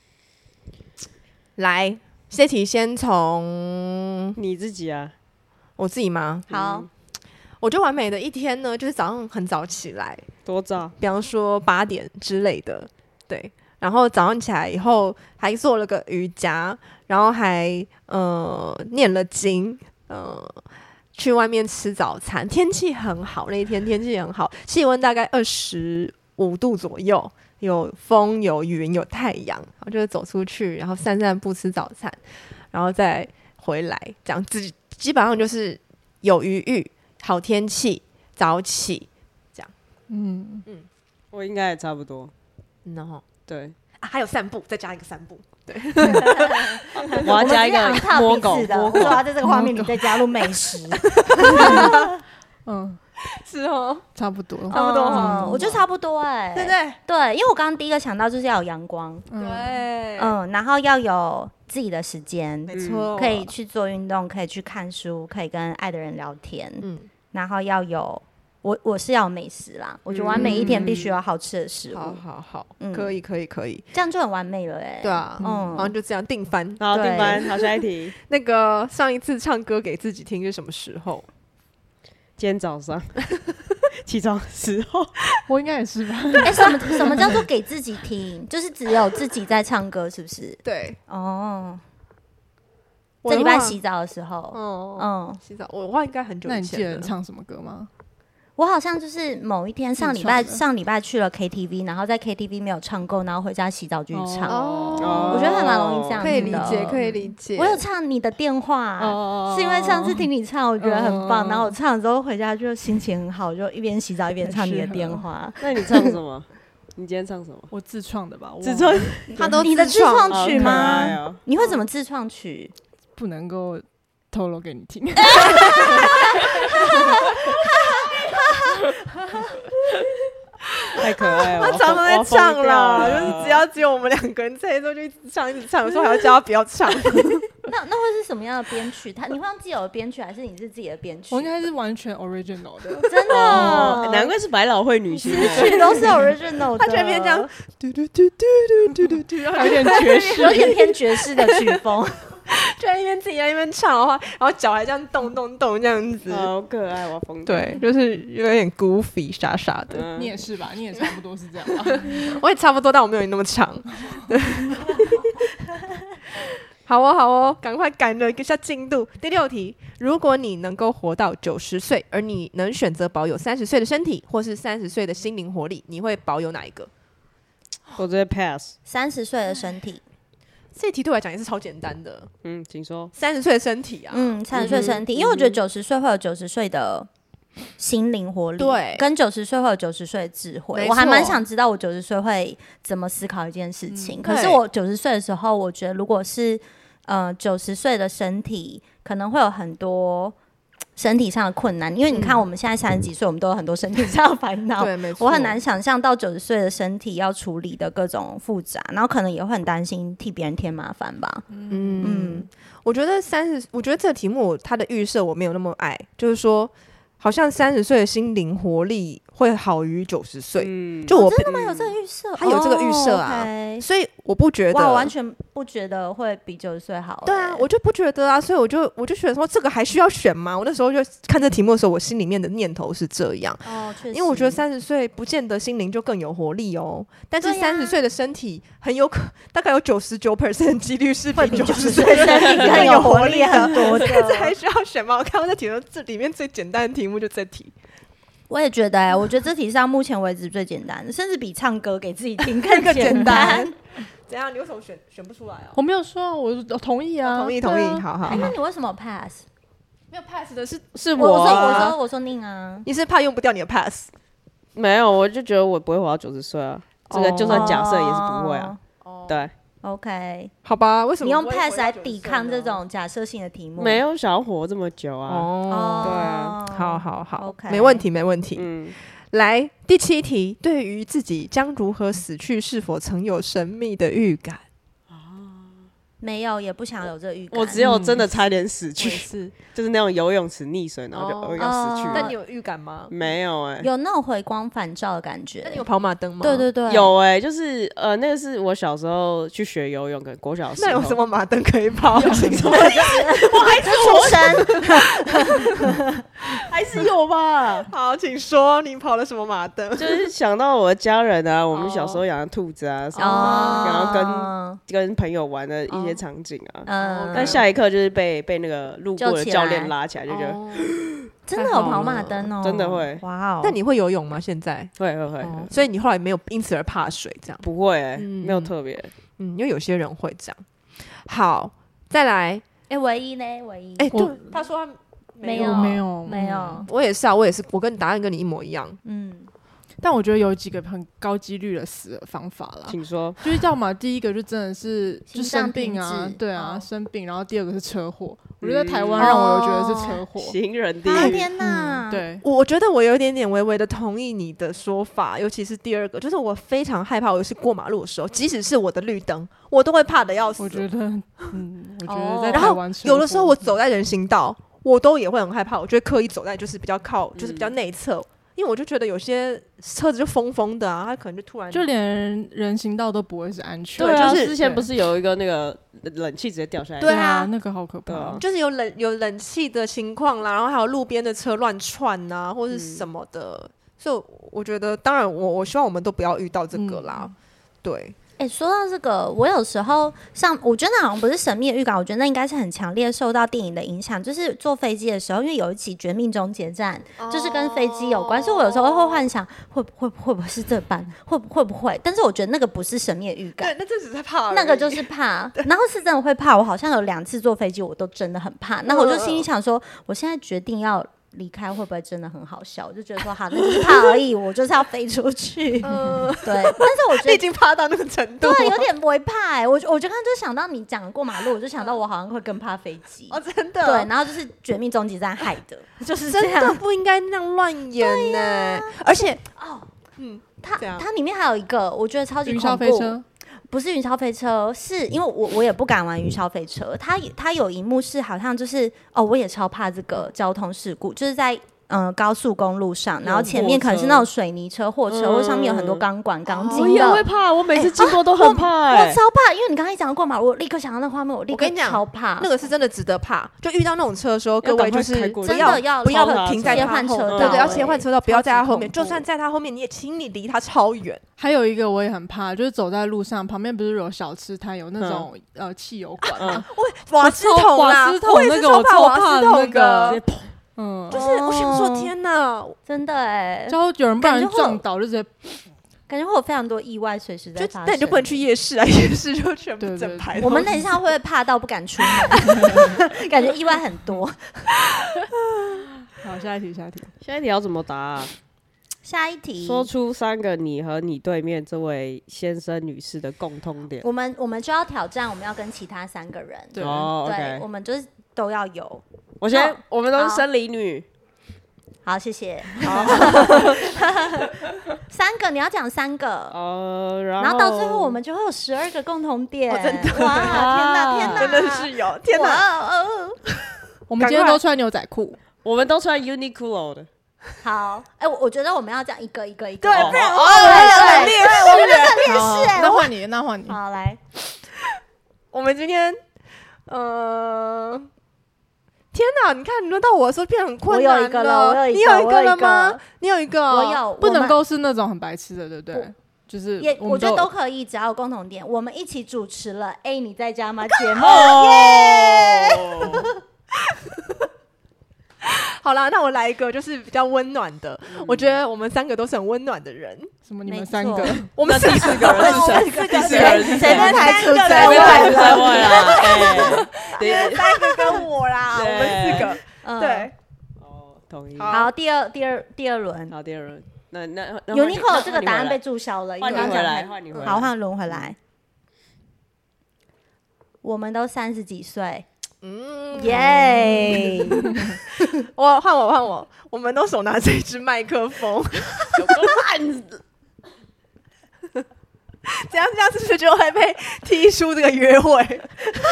来，这题先从你自己啊， 我自己吗？ 好， 嗯、我觉得完美的一天呢，就是早上很早起来， 多早？ 比方说八点之类的，对。然后早上起来以后，还做了个瑜伽，然后还呃念了经，呃，去外面吃早餐。天气很好，那一天天气很好，气温大概二十五度左右。有风有云有太阳，然后就是走出去，然后散散步吃早餐，然后再回来，这样子基本上就是有余裕，好天气，早起，这样。嗯嗯，我应该也差不多。 然后对啊，还有散步，再加一个散步。对， 我要加一个摸狗， 摸狗，我要在这个画面里再加入美食。 嗯。是哦， 差不多， 差不多， 嗯、我觉得差不多哎、欸， 对对对，因为我刚刚第一个想到就是要有阳光， 对， 嗯，然后要有自己的时间， 没错， 可以去做运动，可以去看书，可以跟爱的人聊天，嗯，然后要有我我是要美食啦，我觉得完美一天必须要好吃的食物。 好好好， 嗯可以可以可以， 这样就很完美了哎、 对啊， 嗯好像就这样定番。 好， 对定番，好，下一题。 那个上一次唱歌给自己听是什么时候？ 今天早上起床的时候， 我应该也是吧。 哎、什么什么叫做给自己听？就是只有自己在唱歌，是不是？ 对， 哦， 我的话这礼拜洗澡的时候， 哦， 嗯， 洗澡，我的话应该很久那你记以前了。 得你唱什么歌吗？ 我好像就是某一天上礼拜自创的上礼拜去了 K T V， 然后在 K T V 没有唱够，然后回家洗澡继续唱。 哦我觉得还蛮容易这样子的可以理解，可以理解。 我有唱你的电话， 哦是因为上次听你唱，我觉得很棒， 哦然后我唱了之后回家就心情很好，就一边洗澡一边唱你的电话。 那你唱什么？你今天唱什么？ 我自创的吧，我自创他都你的自创创曲好可吗？ 爱哦你会怎么自创曲？ 不能够透露给你听。 太可爱了。 他常常在唱啦，就是只要只有我们两个人在的时候就一直唱一直唱，有时候还要叫他不要唱。 那那会是什么样的编曲？他你会用自己的编曲，还是你是自己的编曲？ 我应该是完全 original 的。 真的， 哦，难怪是百老汇女星。 词曲都是 original 的， 他全篇这样，嘟嘟嘟嘟嘟嘟嘟，然后有点爵士， 有点偏爵士的曲风。 就在一边自己在一边唱的话，然后脚还这样动动动这样子。 好可爱，我要疯掉。 对，就是有点 goofy 傻傻的。 嗯你也是吧？你也差不多是这样吧？ 我也差不多，但我没有你那么长。对，好哦，好哦，赶快赶了一下进度。第六题，如果你能够活到九十岁，而你能选择保有三十岁的身体，或是三十岁的心灵活力，你会保有哪一个？ 我直接 pass。 三十岁的身体， 这题对我来讲也是超简单的， 嗯，请说。 三十岁的身体啊， 嗯，三十岁身体，因为我觉得九十岁会有九十岁的心灵活力， 对跟九十岁会有九十岁的智慧没。 我还蛮错想知道我九十岁会怎么思考一件事情。 嗯可是对我九十岁的时候，我觉得如果是呃九十岁的身体，可能会有很多身体上的困难，因为你看我们现在三十几岁，我们都有很多身体上的烦恼。 对，没错， 我很难想象到九十岁的身体要处理的各种复杂，然后可能也会很担心替别人添麻烦吧。 嗯， 嗯， 我觉得三十，我觉得这个题目它的预设我没有那么爱，就是说，好像三十岁的心灵活力会好于九十岁。 嗯， 就我真的吗？有这个预设？ 他有这个预设啊哦，OK 所以我不觉得， 哇，我完全不觉得会比九十岁好欸。 对啊，我就不觉得啊，所以我就我就觉得说，这个还需要选吗？我那时候就看这题目的时候，我心里面的念头是这样， 哦，确实， 因为我觉得三十岁不见得心灵就更有活力哦，但是对啊三十岁的身体很有可，大概有九十九 percent 几率是会比九九十岁十岁的身体更更有活力活力很多的。 这还需要选吗？我看到这题目，这里面最简单的题目就这题。 我也觉得、欸，我觉得这题上目前为止最简单的，甚至比唱歌给自己听更更简简单。 单怎样？你为什么选选不出来哦？ 我没有说啊，我我同意啊， 同意同意， 对啊好好哎、。那你为什么 pass？ 没有 pass 的是是我我说我啊， 说我说宁啊， 你是怕用不掉你的 pass 没有，我就觉得我不会活到九十岁啊。这个哦就算假设也是不会啊。 哦， 对， OK， 好吧？为什么你用不会 pass 回到来 90 抵抗这岁呢种假设性的题目， 没有想要活这么久啊。 哦？ 对啊好好好 OK 没问题没问题。 嗯， 来第七题，对于自己将如何死去，是否曾有神秘的预感？ 没有，也不想有这个预感。 我只有真的差点死我也去， 是， 就是那种游泳池溺水，然后就哦呃要死去哦了。 但你有预感吗？ 没有哎， 有那种回光返照的感觉那。你有跑马灯吗？ 对对对， 有哎，就是呃，那个是我小时候去学游泳，跟国小的时候。 那有什么马灯可以跑？ 出生还是有吧？ 好，请说，你跑了什么马灯？ 就是想到我的家人啊，我们小时候养的兔子啊什么的， 哦， 然后跟跟朋友玩的一些场景啊。 嗯， 但下一刻就是被被那个路过救起的教练来拉起来，就觉得哦真的有跑马灯哦， 真的会哇哦！ 那你会游泳吗？现在？ 会会会， 哦所以你后来没有因此而怕水，这样？ 不会欸， 嗯没有特别。 嗯，因为有些人会这样。好，再来。 哎，唯一呢？唯一哎， 我对，他说他没有我没有没有， 我也是啊，我也是，我跟答案跟你一模一样。 嗯， 但我觉得有几个很高几率的死的方法啦， 请说。 就是要么第一个就真的是就心脏生病停啊滞， 对啊， 哦生病，然后第二个是车祸。我觉得在台湾嗯让我有觉得是车祸， 行人地啊狱， 天哪， 嗯，，对， 我觉得我有一点点微微的同意你的说法，尤其是第二个，就是我非常害怕，我是过马路的时候，即使是我的绿灯，我都会怕的要死。 我觉得，嗯，我觉哦得在然后台湾车有的时候祸我走在人行道，我都也会很害怕，我就会刻意走在就是比较靠，就是比较嗯内侧。因因为我就觉得有些车子就疯疯的啊，他可能就突然就连人行道都不会是安全。 对啊， 就是之前不是有一个那个冷气直接掉下来？ 对啊， 那个好可怕。 啊就是有冷有冷气的情况啦，然后还有路边的车乱窜啊，或是什么的。嗯、所以我觉得，当然我我希望我们都不要遇到这个啦。嗯、对。 哎、欸，说到这个，我有时候像我觉得好像不是神秘的预感，我觉得那应该是很强烈受到电影的影响。就是坐飞机的时候，因为有一起《绝命终结战》哦，就是跟飞机有关，所以我有时候会幻想会会会不会是这班，会会不会？但是我觉得那个不是神秘的预感， 对，那这只是怕而已， 那个就是怕。然后是真的会怕，我好像有两次坐飞机，我都真的很怕。那我就心里想说，我现在决定要离开会不会真的很好笑？我就觉得说好，那就是怕而已，我就是要飞出去。嗯，对。但是我觉得你已经怕到那个程度， 对，有点不会怕、欸。我我就刚刚就想到你讲过马路，我就想到我好像会更怕飞机。 哦，真的。 对，然后就是《绝命终结站》害的，就是这样。 真的不应该那样乱演呢、欸啊。而且哦， 嗯，它它里面还有一个我觉得超级恐怖。 云霄飞车不是云霄飞车，是因为我我也不敢玩云霄飞车。它它有一幕是好像就是哦，我也超怕这个交通事故，就是在。嗯，高速公路上，然后前面可能是那种水泥车、货车，或、嗯、上面有很多钢管、钢筋的。 我也会怕，我每次经过都很怕、欸欸我。我超怕，因为你刚才讲过嘛，我立刻想到那画面，我立刻超怕。 那个是真的值得怕，就遇到那种车的时候，各位就是真的要不要停在他后面，对对，要切换车道，不要在他后面。就算在他后面，你也请你离他超远。 还有一个我也很怕，就是走在路上，旁边不是有小吃摊，有那种、嗯、呃汽油管吗？ 我瓦斯桶啦， 瓦斯桶那个我超怕那个。 嗯，就是我想说，天哪， 真的哎、欸， 就有人不然撞倒，就直接， 感觉会有非常多意外随时在发生。 那你就不能去夜市啊，夜市就全部整排。 我们等一下会不会怕到不敢出门？感觉意外很多。 好，下一题，下一题， 下一题要怎么答啊？ 下一题， 说出三个你和你对面这位先生女士的共通点。 我们我们就要挑战，我们要跟其他三个人， 对，哦、 对， okay 我们就是都要有。 我先，我们都是生理女。 好，谢谢。好，三个，你要讲三个。呃，然后，然后到最后我们就会有十二个共同点。 哦、真的， 哇，天哪，天哪， 真的是有，天哪！ 我们今天都穿牛仔裤， 我们都穿 Uniqlo 的。 好，哎、欸，我我觉得我们要讲一个一个一个， 对，不然我们很劣势，我们很劣势。哎， 那换你，那换你。 好，来， 我们今天，呃。天哪！你看，轮到我的时候变得很困难了。 我有一个了，我有一个， 你有一个了吗？你有一个， 我有， 不能够是那种很白痴的，对不对？就是也，我觉得都可以，只要有共同点。我们一起主持了《哎，你在家吗》节目。 好啦，那我来一个，就是比较温暖的。嗯、我觉得我们三个都是很温暖的人。 什么？你们三个？ 我们第四个人是谁？ 第四个人是谁？ 谁排除在外？在外啊！ 对，三个跟我啦，我们四个。嗯、对。 哦，同意。 好，第二，第二，第二轮。 好，第二轮。那那 Uniqlo 这个答案被注销了， 换你回来，换你回来。 好，换轮回来。我们都三十几岁。嗯，耶！ 我换我换我，我们都手拿着一支麦克风， 有个烂子。 这样这样是不是就会被踢出这个约会？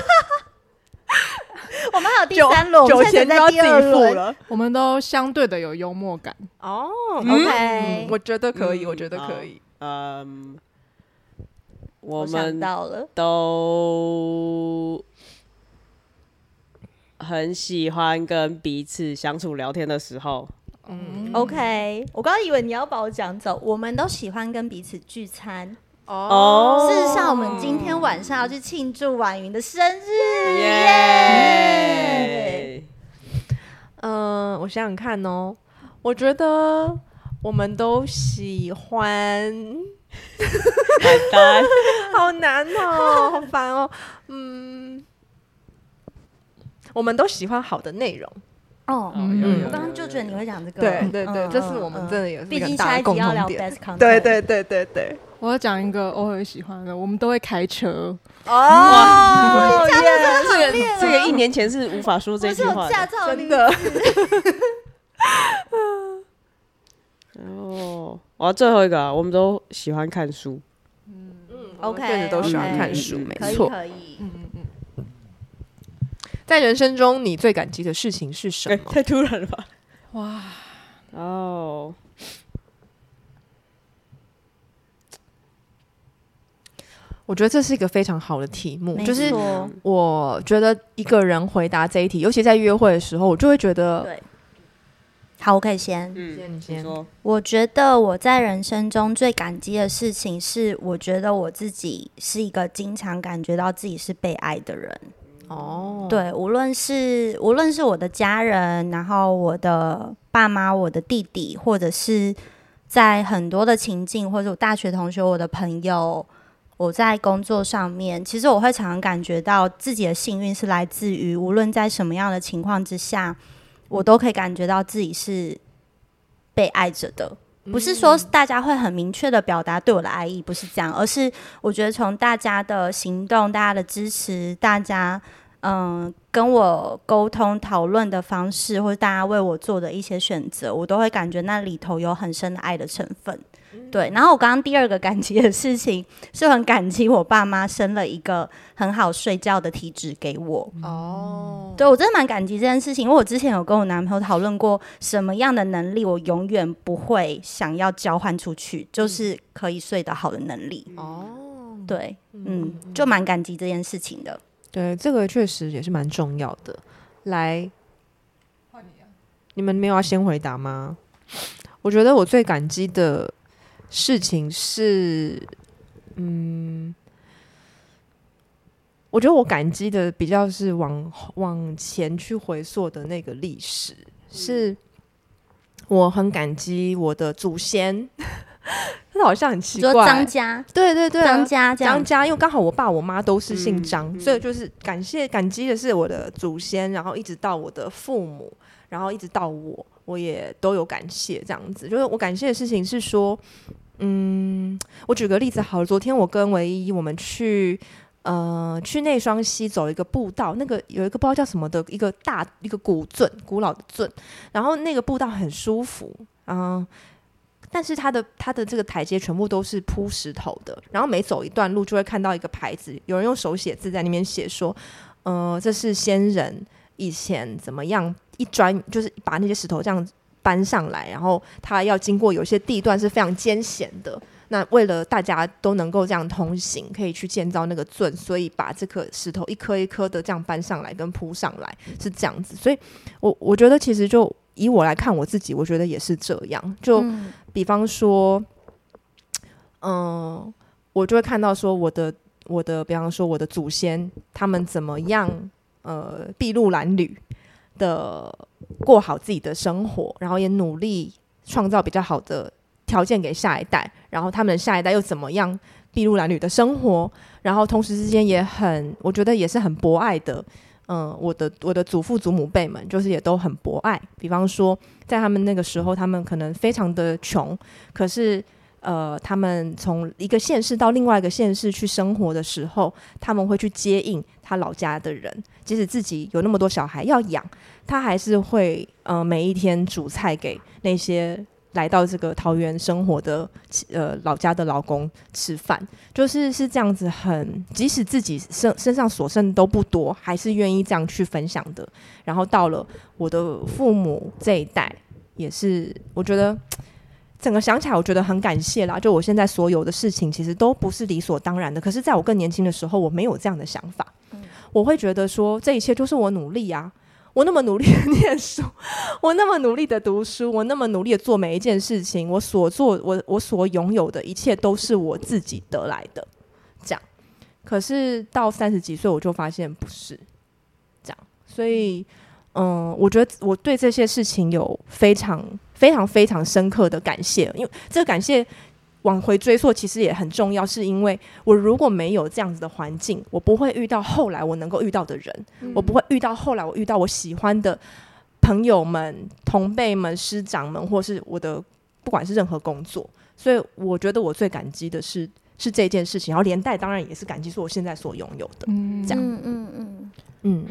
我们还有第三轮， 酒钱都要自己付了。 我们都相对的有幽默感。 哦、 嗯、，OK，、 嗯、我觉得可以，嗯、我觉得可以。 嗯，我们都很喜欢跟彼此相处聊天的时候。 嗯 ，OK， 我刚刚以为你要把我讲走。我们都喜欢跟彼此聚餐。 哦、 oh, 事实上，我们今天晚上要去庆祝婉云的生日， 耶！嗯，我想想看哦，我觉得我们都喜欢，好难哦，好烦哦，嗯，我们都喜欢好的内容。 哦，嗯，我刚刚就觉得你会讲这个， 对对对，这是我们真的也是一个很大的共同点。 对对对对对。 我要讲一个我很喜欢的，我们都会开车哦，这个这个一年前是无法说这句话的， 驾照真的。 哦，我要最后一个、啊，我们都喜欢看书。 嗯嗯 ，OK， 都喜欢看书，没错， 可以。 嗯嗯嗯。在人生中，你最感激的事情是什么？ 欸、太突然了吧！ 哇哦。 我觉得这是一个非常好的题目，就是错我觉得一个人回答这一题，尤其在约会的时候，我就会觉得， 对，好，我可以先。 嗯，你先说。 我觉得我在人生中最感激的事情是，我觉得我自己是一个经常感觉到自己是被爱的人。 哦， 对，无论是无论是我的家人，然后我的爸妈、我的弟弟，或者是在很多的情境，或者我大学同学、我的朋友，我在工作上面，其实我会常常感觉到自己的幸运是来自于，无论在什么样的情况之下，我都可以感觉到自己是被爱着的。不是说大家会很明确的表达对我的爱意，不是这样，而是我觉得从大家的行动、大家的支持、大家嗯跟我沟通讨论的方式，或者大家为我做的一些选择，我都会感觉那里头有很深的爱的成分。对，然后我刚刚第二个感激的事情是很感激我爸妈生了一个很好睡觉的体质给我。哦，对，我真的蛮感激这件事情，因为我之前有跟我男朋友讨论过什么样的能力我永远不会想要交换出去，就是可以睡得好的能力。哦，对，嗯，就蛮感激这件事情的。 对，这个确实也是蛮重要的。来，换你啊，你们没有要先回答吗？我觉得我最感激的事情是，嗯，我觉得我感激的比较是往往前去回溯的那个历史，是我很感激我的祖先。这好像很奇怪， 说张家， 对对对、啊， 张家张家，因为刚好我爸我妈都是姓张、 嗯， 所以就是感谢感激的是我的祖先，然后一直到我的父母，然后一直到我，我也都有感谢这样子。就是我感谢的事情是说，嗯，我举个例子好了，昨天我跟唯一我们去呃去内双溪走一个步道，那个有一个不知道叫什么的一个大一个古圳，古老的圳，然后那个步道很舒服，嗯。但是它的它的这个台阶全部都是铺石头的，然后每走一段路就会看到一个牌子，有人用手写字在那边写说，呃，这是先人以前怎么样一砖就是把那些石头这样搬上来，然后它要经过有些地段是非常艰险的，那为了大家都能够这样通行，可以去建造那个圳，所以把这颗石头一颗一颗的这样搬上来跟铺上来是这样子，所以我我觉得其实就以我来看我自己，我觉得也是这样，就比方说嗯、呃，我就会看到说我的我的比方说我的祖先他们怎么样呃筚路蓝缕的过好自己的生活，然后也努力创造比较好的条件给下一代，然后他们的下一代又怎么样筚路蓝缕的生活，然后同时之间也很我觉得也是很博爱的，嗯，我的我的祖父祖母辈们就是也都很博爱，比方说在他们那个时候他们可能非常的穷，可是呃他们从一个县市到另外一个县市去生活的时候，他们会去接应他老家的人，即使自己有那么多小孩要养，他还是会呃每一天煮菜给那些来到这个桃园生活的呃老家的劳工吃饭，就是是这样子很，即使自己身身上所剩都不多，还是愿意这样去分享的。然后到了我的父母这一代，也是我觉得整个想起来，我觉得很感谢啦。就我现在所有的事情，其实都不是理所当然的。可是在我更年轻的时候，我没有这样的想法，嗯、我会觉得说这一切就是我努力啊。我那么努力的念书，我那么努力的读书，我那么努力的做每一件事情，我所做我我所拥有的一切都是我自己得来的，这样。可是到三十几岁，我就发现不是这样，所以嗯，我觉得我对这些事情有非常非常非常深刻的感谢，因为这个感谢往回追溯其实也很重要，是因为我如果没有这样子的环境，我不会遇到后来我能够遇到的人、嗯、我不会遇到后来我遇到我喜欢的朋友们、同辈们、师长们，或是我的不管是任何工作，所以我觉得我最感激的是是这件事情，然后连带当然也是感激是我现在所拥有的、嗯、这样嗯嗯嗯嗯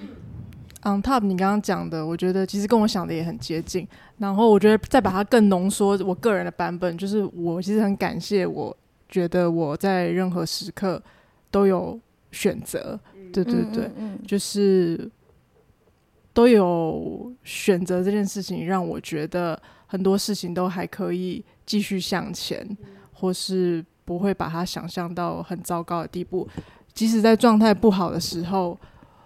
On top 你刚刚讲的我觉得其实跟我想的也很接近，然后我觉得再把它更浓缩我个人的版本，就是我其实很感谢我觉得我在任何时刻都有选择、嗯、对对对、嗯嗯嗯、就是都有选择这件事情让我觉得很多事情都还可以继续向前，或是不会把它想象到很糟糕的地步。即使在状态不好的时候，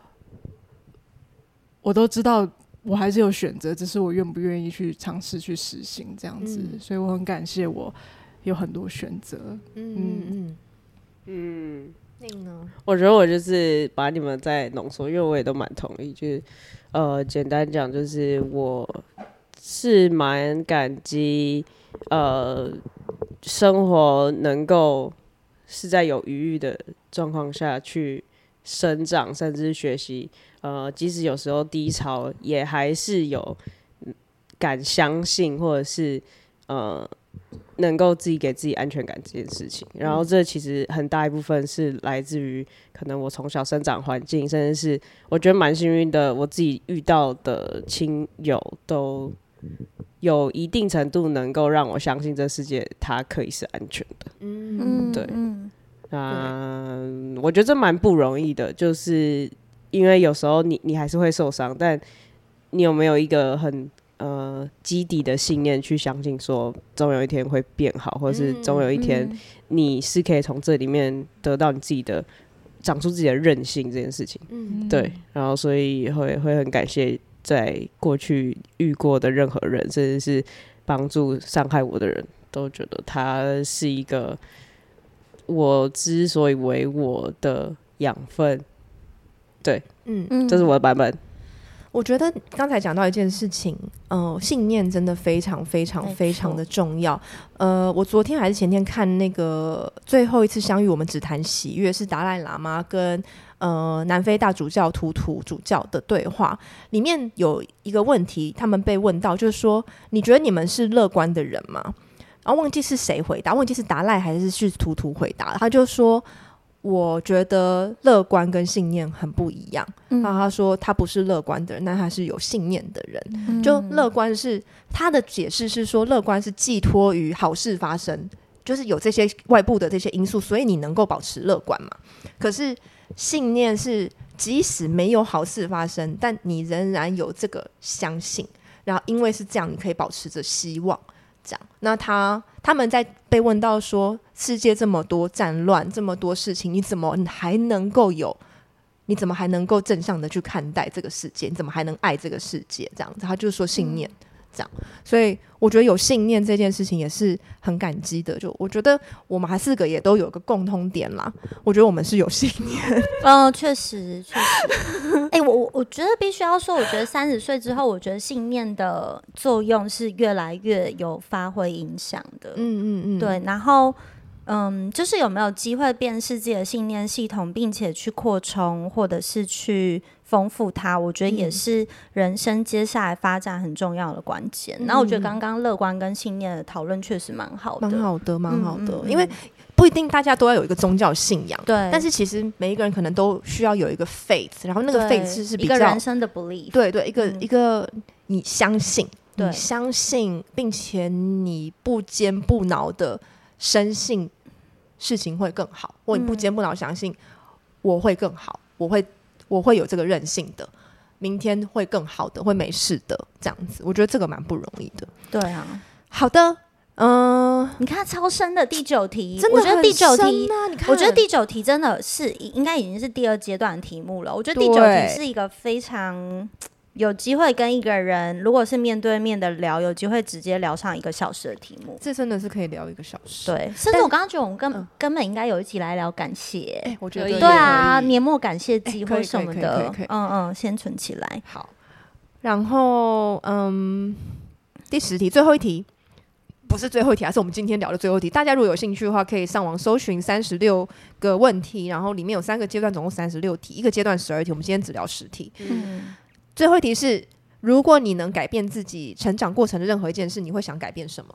我都知道我还是有选择，只是我愿不愿意去尝试去实行这样子、嗯、所以我很感谢我有很多选择。嗯嗯嗯嗯，我觉得我就是把你们再浓缩，因为我也都蛮同意，就是呃，简单讲就是我是蛮感激呃生活能够是在有余裕的状况下去生长，甚至学习。呃，即使有时候低潮，也还是有敢相信，或者是呃，能够自己给自己安全感这件事情。然后这其实很大一部分是来自于可能我从小生长环境，甚至是我觉得蛮幸运的，我自己遇到的亲友都有一定程度能够让我相信这世界它可以是安全的。嗯，对，嗯，呃、我觉得这蛮不容易的，就是因为有时候你你还是会受伤，但你有没有一个很呃基底的信念去相信说总有一天会变好，或者是总有一天你是可以从这里面得到你自己的长出自己的韧性这件事情。嗯，对，然后所以会会很感谢在过去遇过的任何人，甚至是帮助伤害我的人，都觉得他是一个我之所以为我的养分。对，嗯，这是我的版本。 我觉得刚才讲到一件事情，呃，信念真的非常非常非常的重要。呃，我昨天还是前天看那个最后一次相遇，我们只谈喜悦，是达赖喇嘛跟呃南非大主教图图主教的对话，里面有一个问题，他们被问到，就是说，你觉得你们是乐观的人吗？然后忘记是谁回答，忘记是达赖还是是图图回答，他就说，我觉得乐观跟信念很不一样。嗯、然后他说他不是乐观的人，但他是有信念的人。嗯、就乐观是他的解释是说，乐观是寄托于好事发生，就是有这些外部的这些因素，所以你能够保持乐观嘛。可是信念是即使没有好事发生，但你仍然有这个相信，然后因为是这样，你可以保持着希望。这样，那他他们在被问到说，世界这么多战乱，这么多事情，你怎么还能够有？你怎么还能够正向的去看待这个世界？你怎么还能爱这个世界？这样子，他就是说信念。嗯，这样，所以我觉得有信念这件事情也是很感激的。就我觉得我们还四个也都有一个共通点啦，我觉得我们是有信念。 嗯，确实确实。哎、欸，我我觉得必须要说，我觉得三十岁之后，我觉得信念的作用是越来越有发挥影响的。嗯嗯嗯，对，然后。嗯，就是有没有机会辨识自己的信念系统，并且去扩充或者是去丰富它，我觉得也是人生接下来发展很重要的关键。嗯、然后我觉得刚刚乐观跟信念的讨论确实蛮好的， 蛮好的，蛮好的。嗯嗯嗯，因为不一定大家都要有一个宗教信仰，对，但是其实每一个人可能都需要有一个 faith， 然后那个 faith 是是比较一个人生的 belief， 对对，一个、嗯、一个你相信，你相信，并且你不坚不挠的深信事情会更好，或你不坚不挠相信我会更好，我会我会有这个韧性的，明天会更好的，会没事的，这样子，我觉得这个蛮不容易的。 对啊， 好的，嗯、呃， 你看超深的第九题， 真的很深啊， 我觉得第九题， 你看， 我觉得第九题真的是应该已经是第二阶段的题目了。我觉得第九题是一个非常。有机会跟一个人，如果是面对面的聊，有机会直接聊上一个小时的题目， 这真的是可以聊一个小时。 对，甚至我刚刚觉得我们根、嗯、根本应该有一起来聊感谢、欸欸，我觉得对啊，年末感谢季或什么的，欸、嗯嗯，先存起来。 好，然后嗯，第十题，最后一题。不是最后一题，还是我们今天聊的最后一题。大家如果有兴趣的话，可以上网搜寻三十六个问题，然后里面有三个阶段，总共三十六题，一个阶段十二题。我们今天只聊十题。嗯。最后一题是：如果你能改变自己成长过程的任何一件事，你会想改变什么？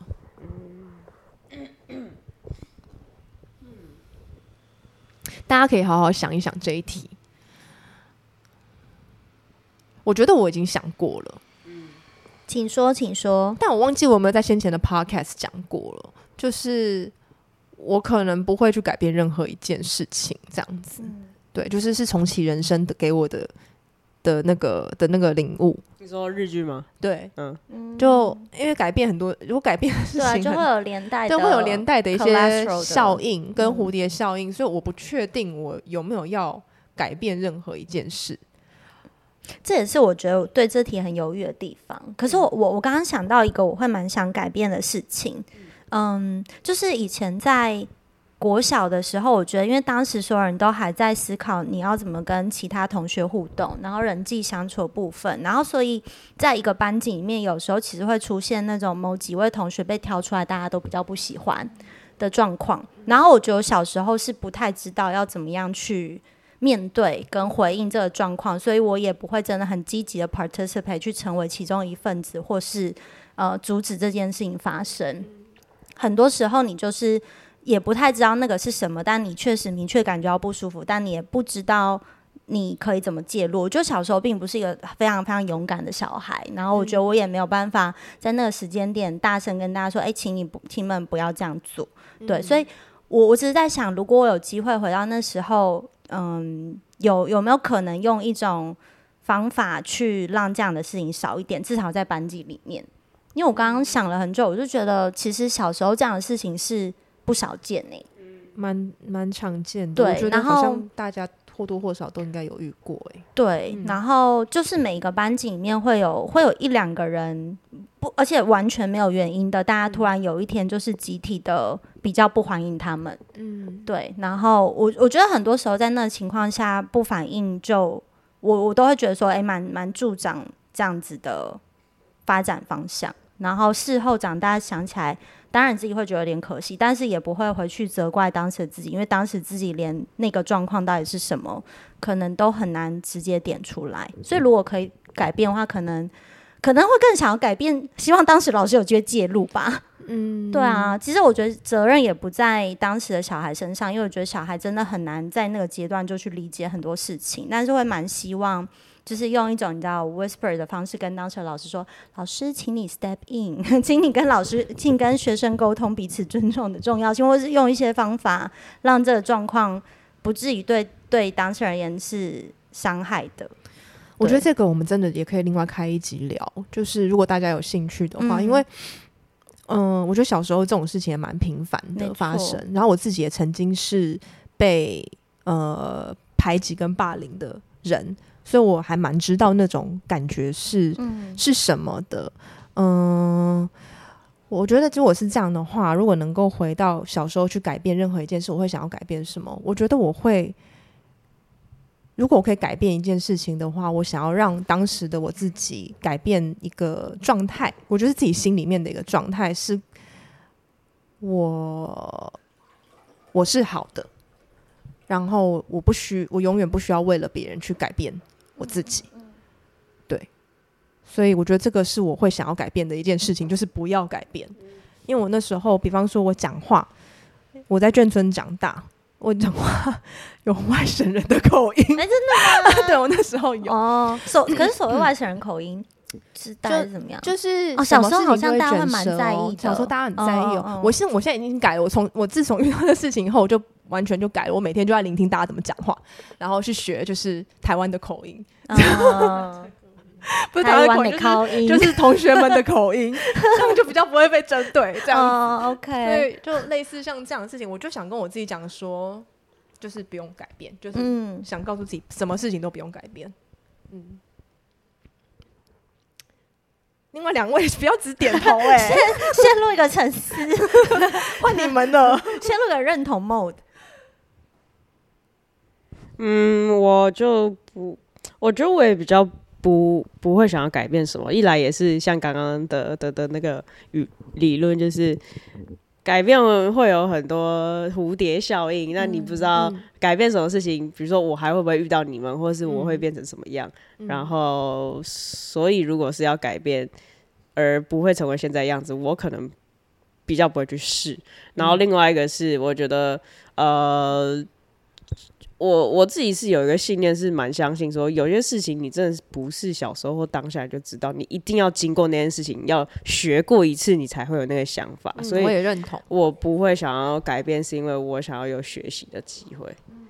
嗯、大家可以好好想一想这一题。我觉得我已经想过了。 请说，请说。 但我忘记我有没有在先前的 podcast 讲过了，就是我可能不会去改变任何一件事情，这样子。嗯、对，就是是重启人生的给我的。 的那个的那个领悟。 你说日剧吗？ 对，嗯，就因为改变很多，如果改变的事情很， 对、啊，就会有连带的， 对，会有连带的一些效应跟蝴蝶效应，嗯、所以我不确定我有没有要改变任何一件事。 这也是我觉得我对这题很犹豫的地方。可是我我我刚刚想到一个我会蛮想改变的事情，嗯，就是以前在国小的时候，我觉得因为当时所有人都还在思考你要怎么跟其他同学互动，然后人际相处的部分，然后所以在一个班级里面，有时候其实会出现那种某几位同学被挑出来，大家都比较不喜欢的状况。然后我觉得我小时候是不太知道要怎么样去面对跟回应这个状况，所以我也不会真的很积极的 participate 去成为其中一份子，或是呃阻止这件事情发生。很多时候你就是也不太知道那个是什么，但你确实明确感觉到不舒服，但你也不知道你可以怎么介入。我觉得小时候并不是一个非常非常勇敢的小孩，然后我觉得我也没有办法在那个时间点大声跟大家说，哎、欸，请你不，请你们不要这样做。对，所以我我只是在想，如果我有机会回到那时候，嗯，有有没有可能用一种方法去让这样的事情少一点，至少在班级里面。因为我刚刚想了很久，我就觉得其实小时候这样的事情是不少见呢、欸， 蛮蛮常见的。 对， 我觉得好像大家或多或少都应该有遇过、欸。 对、嗯，然后就是每一个班级里面会有会有一两个人不，而且完全没有原因的，大家突然有一天就是集体的比较不欢迎他们。嗯，对。然后我我觉得很多时候在那个情况下不反应就，我我都会觉得说，哎、欸，蛮蛮助长这样子的发展方向。然后事后长大想起来，当然自己会觉得有点可惜，但是也不会回去责怪当时的自己，因为当时自己连那个状况到底是什么，可能都很难直接点出来。所以如果可以改变的话，可能可能会更想要改变，希望当时老师有机会介入吧。嗯，对啊，其实我觉得责任也不在当时的小孩身上，因为我觉得小孩真的很难在那个阶段就去理解很多事情，但是会蛮希望就是用一种你知道 whisper 的方式跟当时的老师说，老师请你 step in 请你跟老师请你跟学生沟通彼此尊重的重要性，或是用一些方法让这个状况不至于对对当事人而言是伤害的。 我觉得这个我们真的也可以另外开一集聊，就是如果大家有兴趣的话、嗯、因为嗯、呃，我觉得小时候这种事情也蛮频繁的发生，然后我自己也曾经是被呃排挤跟霸凌的人，所以我还蛮知道那种感觉是、嗯、是什么的。嗯、呃，我觉得如果是这样的话，如果能够回到小时候去改变任何一件事，我会想要改变什么？我觉得我会，如果我可以改变一件事情的话，我想要让当时的我自己改变一个状态，我觉得自己心里面的一个状态是我我是好的，然后我不需我永远不需要为了别人去改变我自己。对，所以我觉得这个是我会想要改变的一件事情，就是不要改变。因为我那时候比方说我讲话，我在眷村长大，我讲话有外省人的口音。 哎、欸，真的吗？ 对，我那时候有哦。所可是所谓外省人口音是大概是怎么样？ 就是哦，小时候好像大家会蛮在意的， 小时候大家很在意哦。 哦哦我现我现在已经改了，我从我自从遇到的事情以后，我就完全就改了。我每天就在聆听大家怎么讲话，然后去学就是台湾的口音。 哦不是台湾的口音，就是、就是同学们的口音，这样就比较不会被针对。这样子、 哦、，OK， 所以就类似像这样的事情，我就想跟我自己讲说，就是不用改变，就是想告诉自己，什么事情都不用改变。嗯。另外两位不要只点头哎、欸， 陷入一个沉思， 换你们了， 陷入一个认同 mode。 嗯，我就不，我觉得我也比较。不不会想要改变什么，一来也是像刚刚的的的那个理论，就是改变会有很多蝴蝶效应，那你不知道改变什么事情，比如说我还会不会遇到你们，或是我会变成什么样，嗯、然后所以如果是要改变而不会成为现在的样子，我可能比较不会去试。然后另外一个是我觉得呃我我自己是有一个信念，是蛮相信说，有些事情你真的不是小时候或当下就知道，你一定要经过那件事情，要学过一次，你才会有那个想法。嗯、所以我也认同， 我不会想要改变，是因为我想要有学习的机会。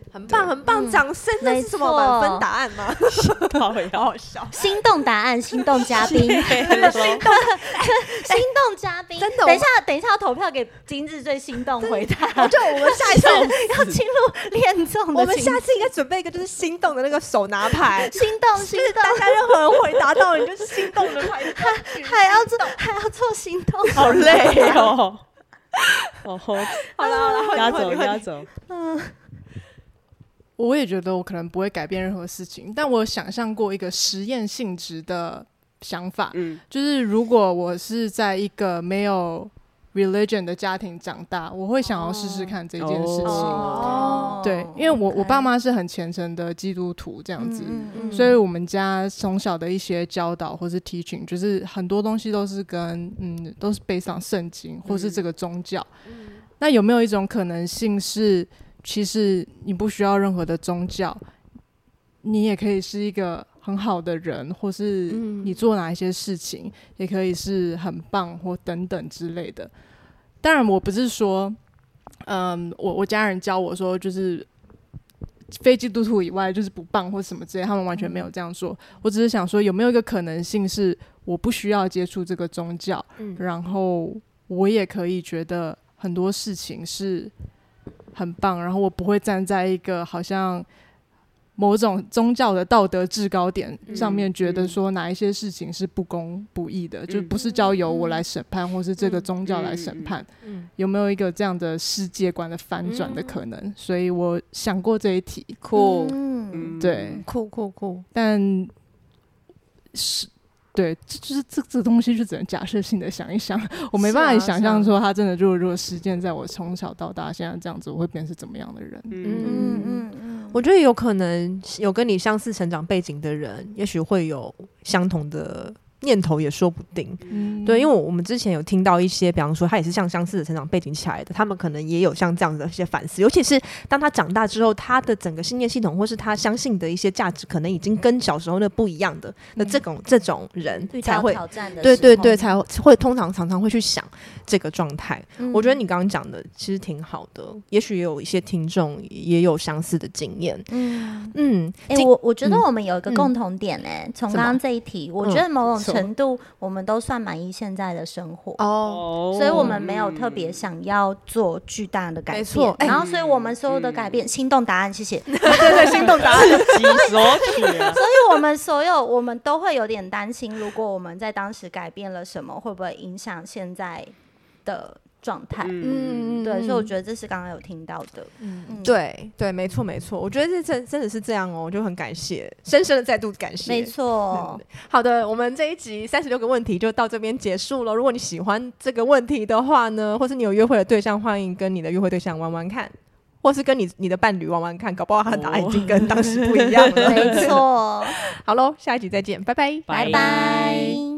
很棒很棒，掌声！这是什么满分答案吗？ 好好笑， 心动答案，心动嘉宾，心动心动嘉宾， 真的。 等一下，等一下要投票给今日最心动回答。 我觉得我们下一次要进入恋综的， 我们下次应该准备一个就是心动的那个手拿牌， 心动心动， 大家任何人回答到你就是心动的牌， 还要做还要做心动， 好累哦。哦，好了好了， 压走压走。 嗯。我也觉得我可能不会改变任何事情，但我有想象过一个实验性质的想法，嗯，就是如果我是在一个没有 religion 的家庭长大，我会想要试试看这件事情。 哦， 对，因为我我爸妈是很虔诚的基督徒这样子，嗯嗯嗯，所以我们家从小的一些教导或是 teaching， 就是很多东西都是跟嗯都是背上圣经或是这个宗教。嗯，那有没有一种可能性是？其实你不需要任何的宗教，你也可以是一个很好的人，或是你做哪一些事情也可以是很棒或等等之类的。当然我不是说嗯，我我家人教我说就是非基督徒以外就是不棒或什么之类，他们完全没有这样说。我只是想说有没有一个可能性是我不需要接触这个宗教，然后我也可以觉得很多事情是很棒，然后我不会站在一个好像某种宗教的道德制高点上面觉得说哪一些事情是不公不义的，嗯，就不是交由我来审判，嗯，或是这个宗教来审判，嗯嗯，有没有一个这样的世界观的反转的可能，嗯，所以我想过这一题。 酷， 嗯，对， 酷酷酷， 但是对，就是这这个东西就只能假设性的想一想，我没办法想象说他真的如果如果实践在我从小到大现在这样子，我会变成是怎么样的人。嗯嗯嗯嗯，我觉得有可能有跟你相似成长背景的人，也许会有相同的念头也说不定。嗯，对，因为我们之前有听到一些，比方说他也是像相似的成长背景起来的，他们可能也有像这样子的一些反思，尤其是当他长大之后，他的整个信念系统或是他相信的一些价值，可能已经跟小时候那不一样的，那、嗯、这种这种人才会挑战的， 对对对，才会通常常常会去想这个状态。嗯、我觉得你刚刚讲的其实挺好的，也许也有一些听众也有相似的经验。嗯嗯，哎、欸，我我觉得我们有一个共同点哎、欸，从刚刚这一题，我觉得某种程度我们都算满意现在的生活哦，所以我们没有特别想要做巨大的改变，没错。然后，所以我们所有的改变，嗯、心动答案，谢谢， 对对对，心动答案， 自己索取啊。 所以我们所有我们都会有点担心，如果我们在当时改变了什么，会不会影响现在的状态？嗯，对，所以我觉得这是刚刚有听到的。嗯， 对对，没错没错，我觉得这真真的是这样哦，我就很感谢，深深的再度感谢。 没错、 嗯。好的，我们这一集三十六个问题就到这边结束了。如果你喜欢这个问题的话呢，或是你有约会的对象，欢迎跟你的约会对象玩玩看，或是跟你你的伴侣玩玩看，搞不好他的答案已经跟当时不一样了。 没错。 好咯，下一集再见，拜拜， 拜拜。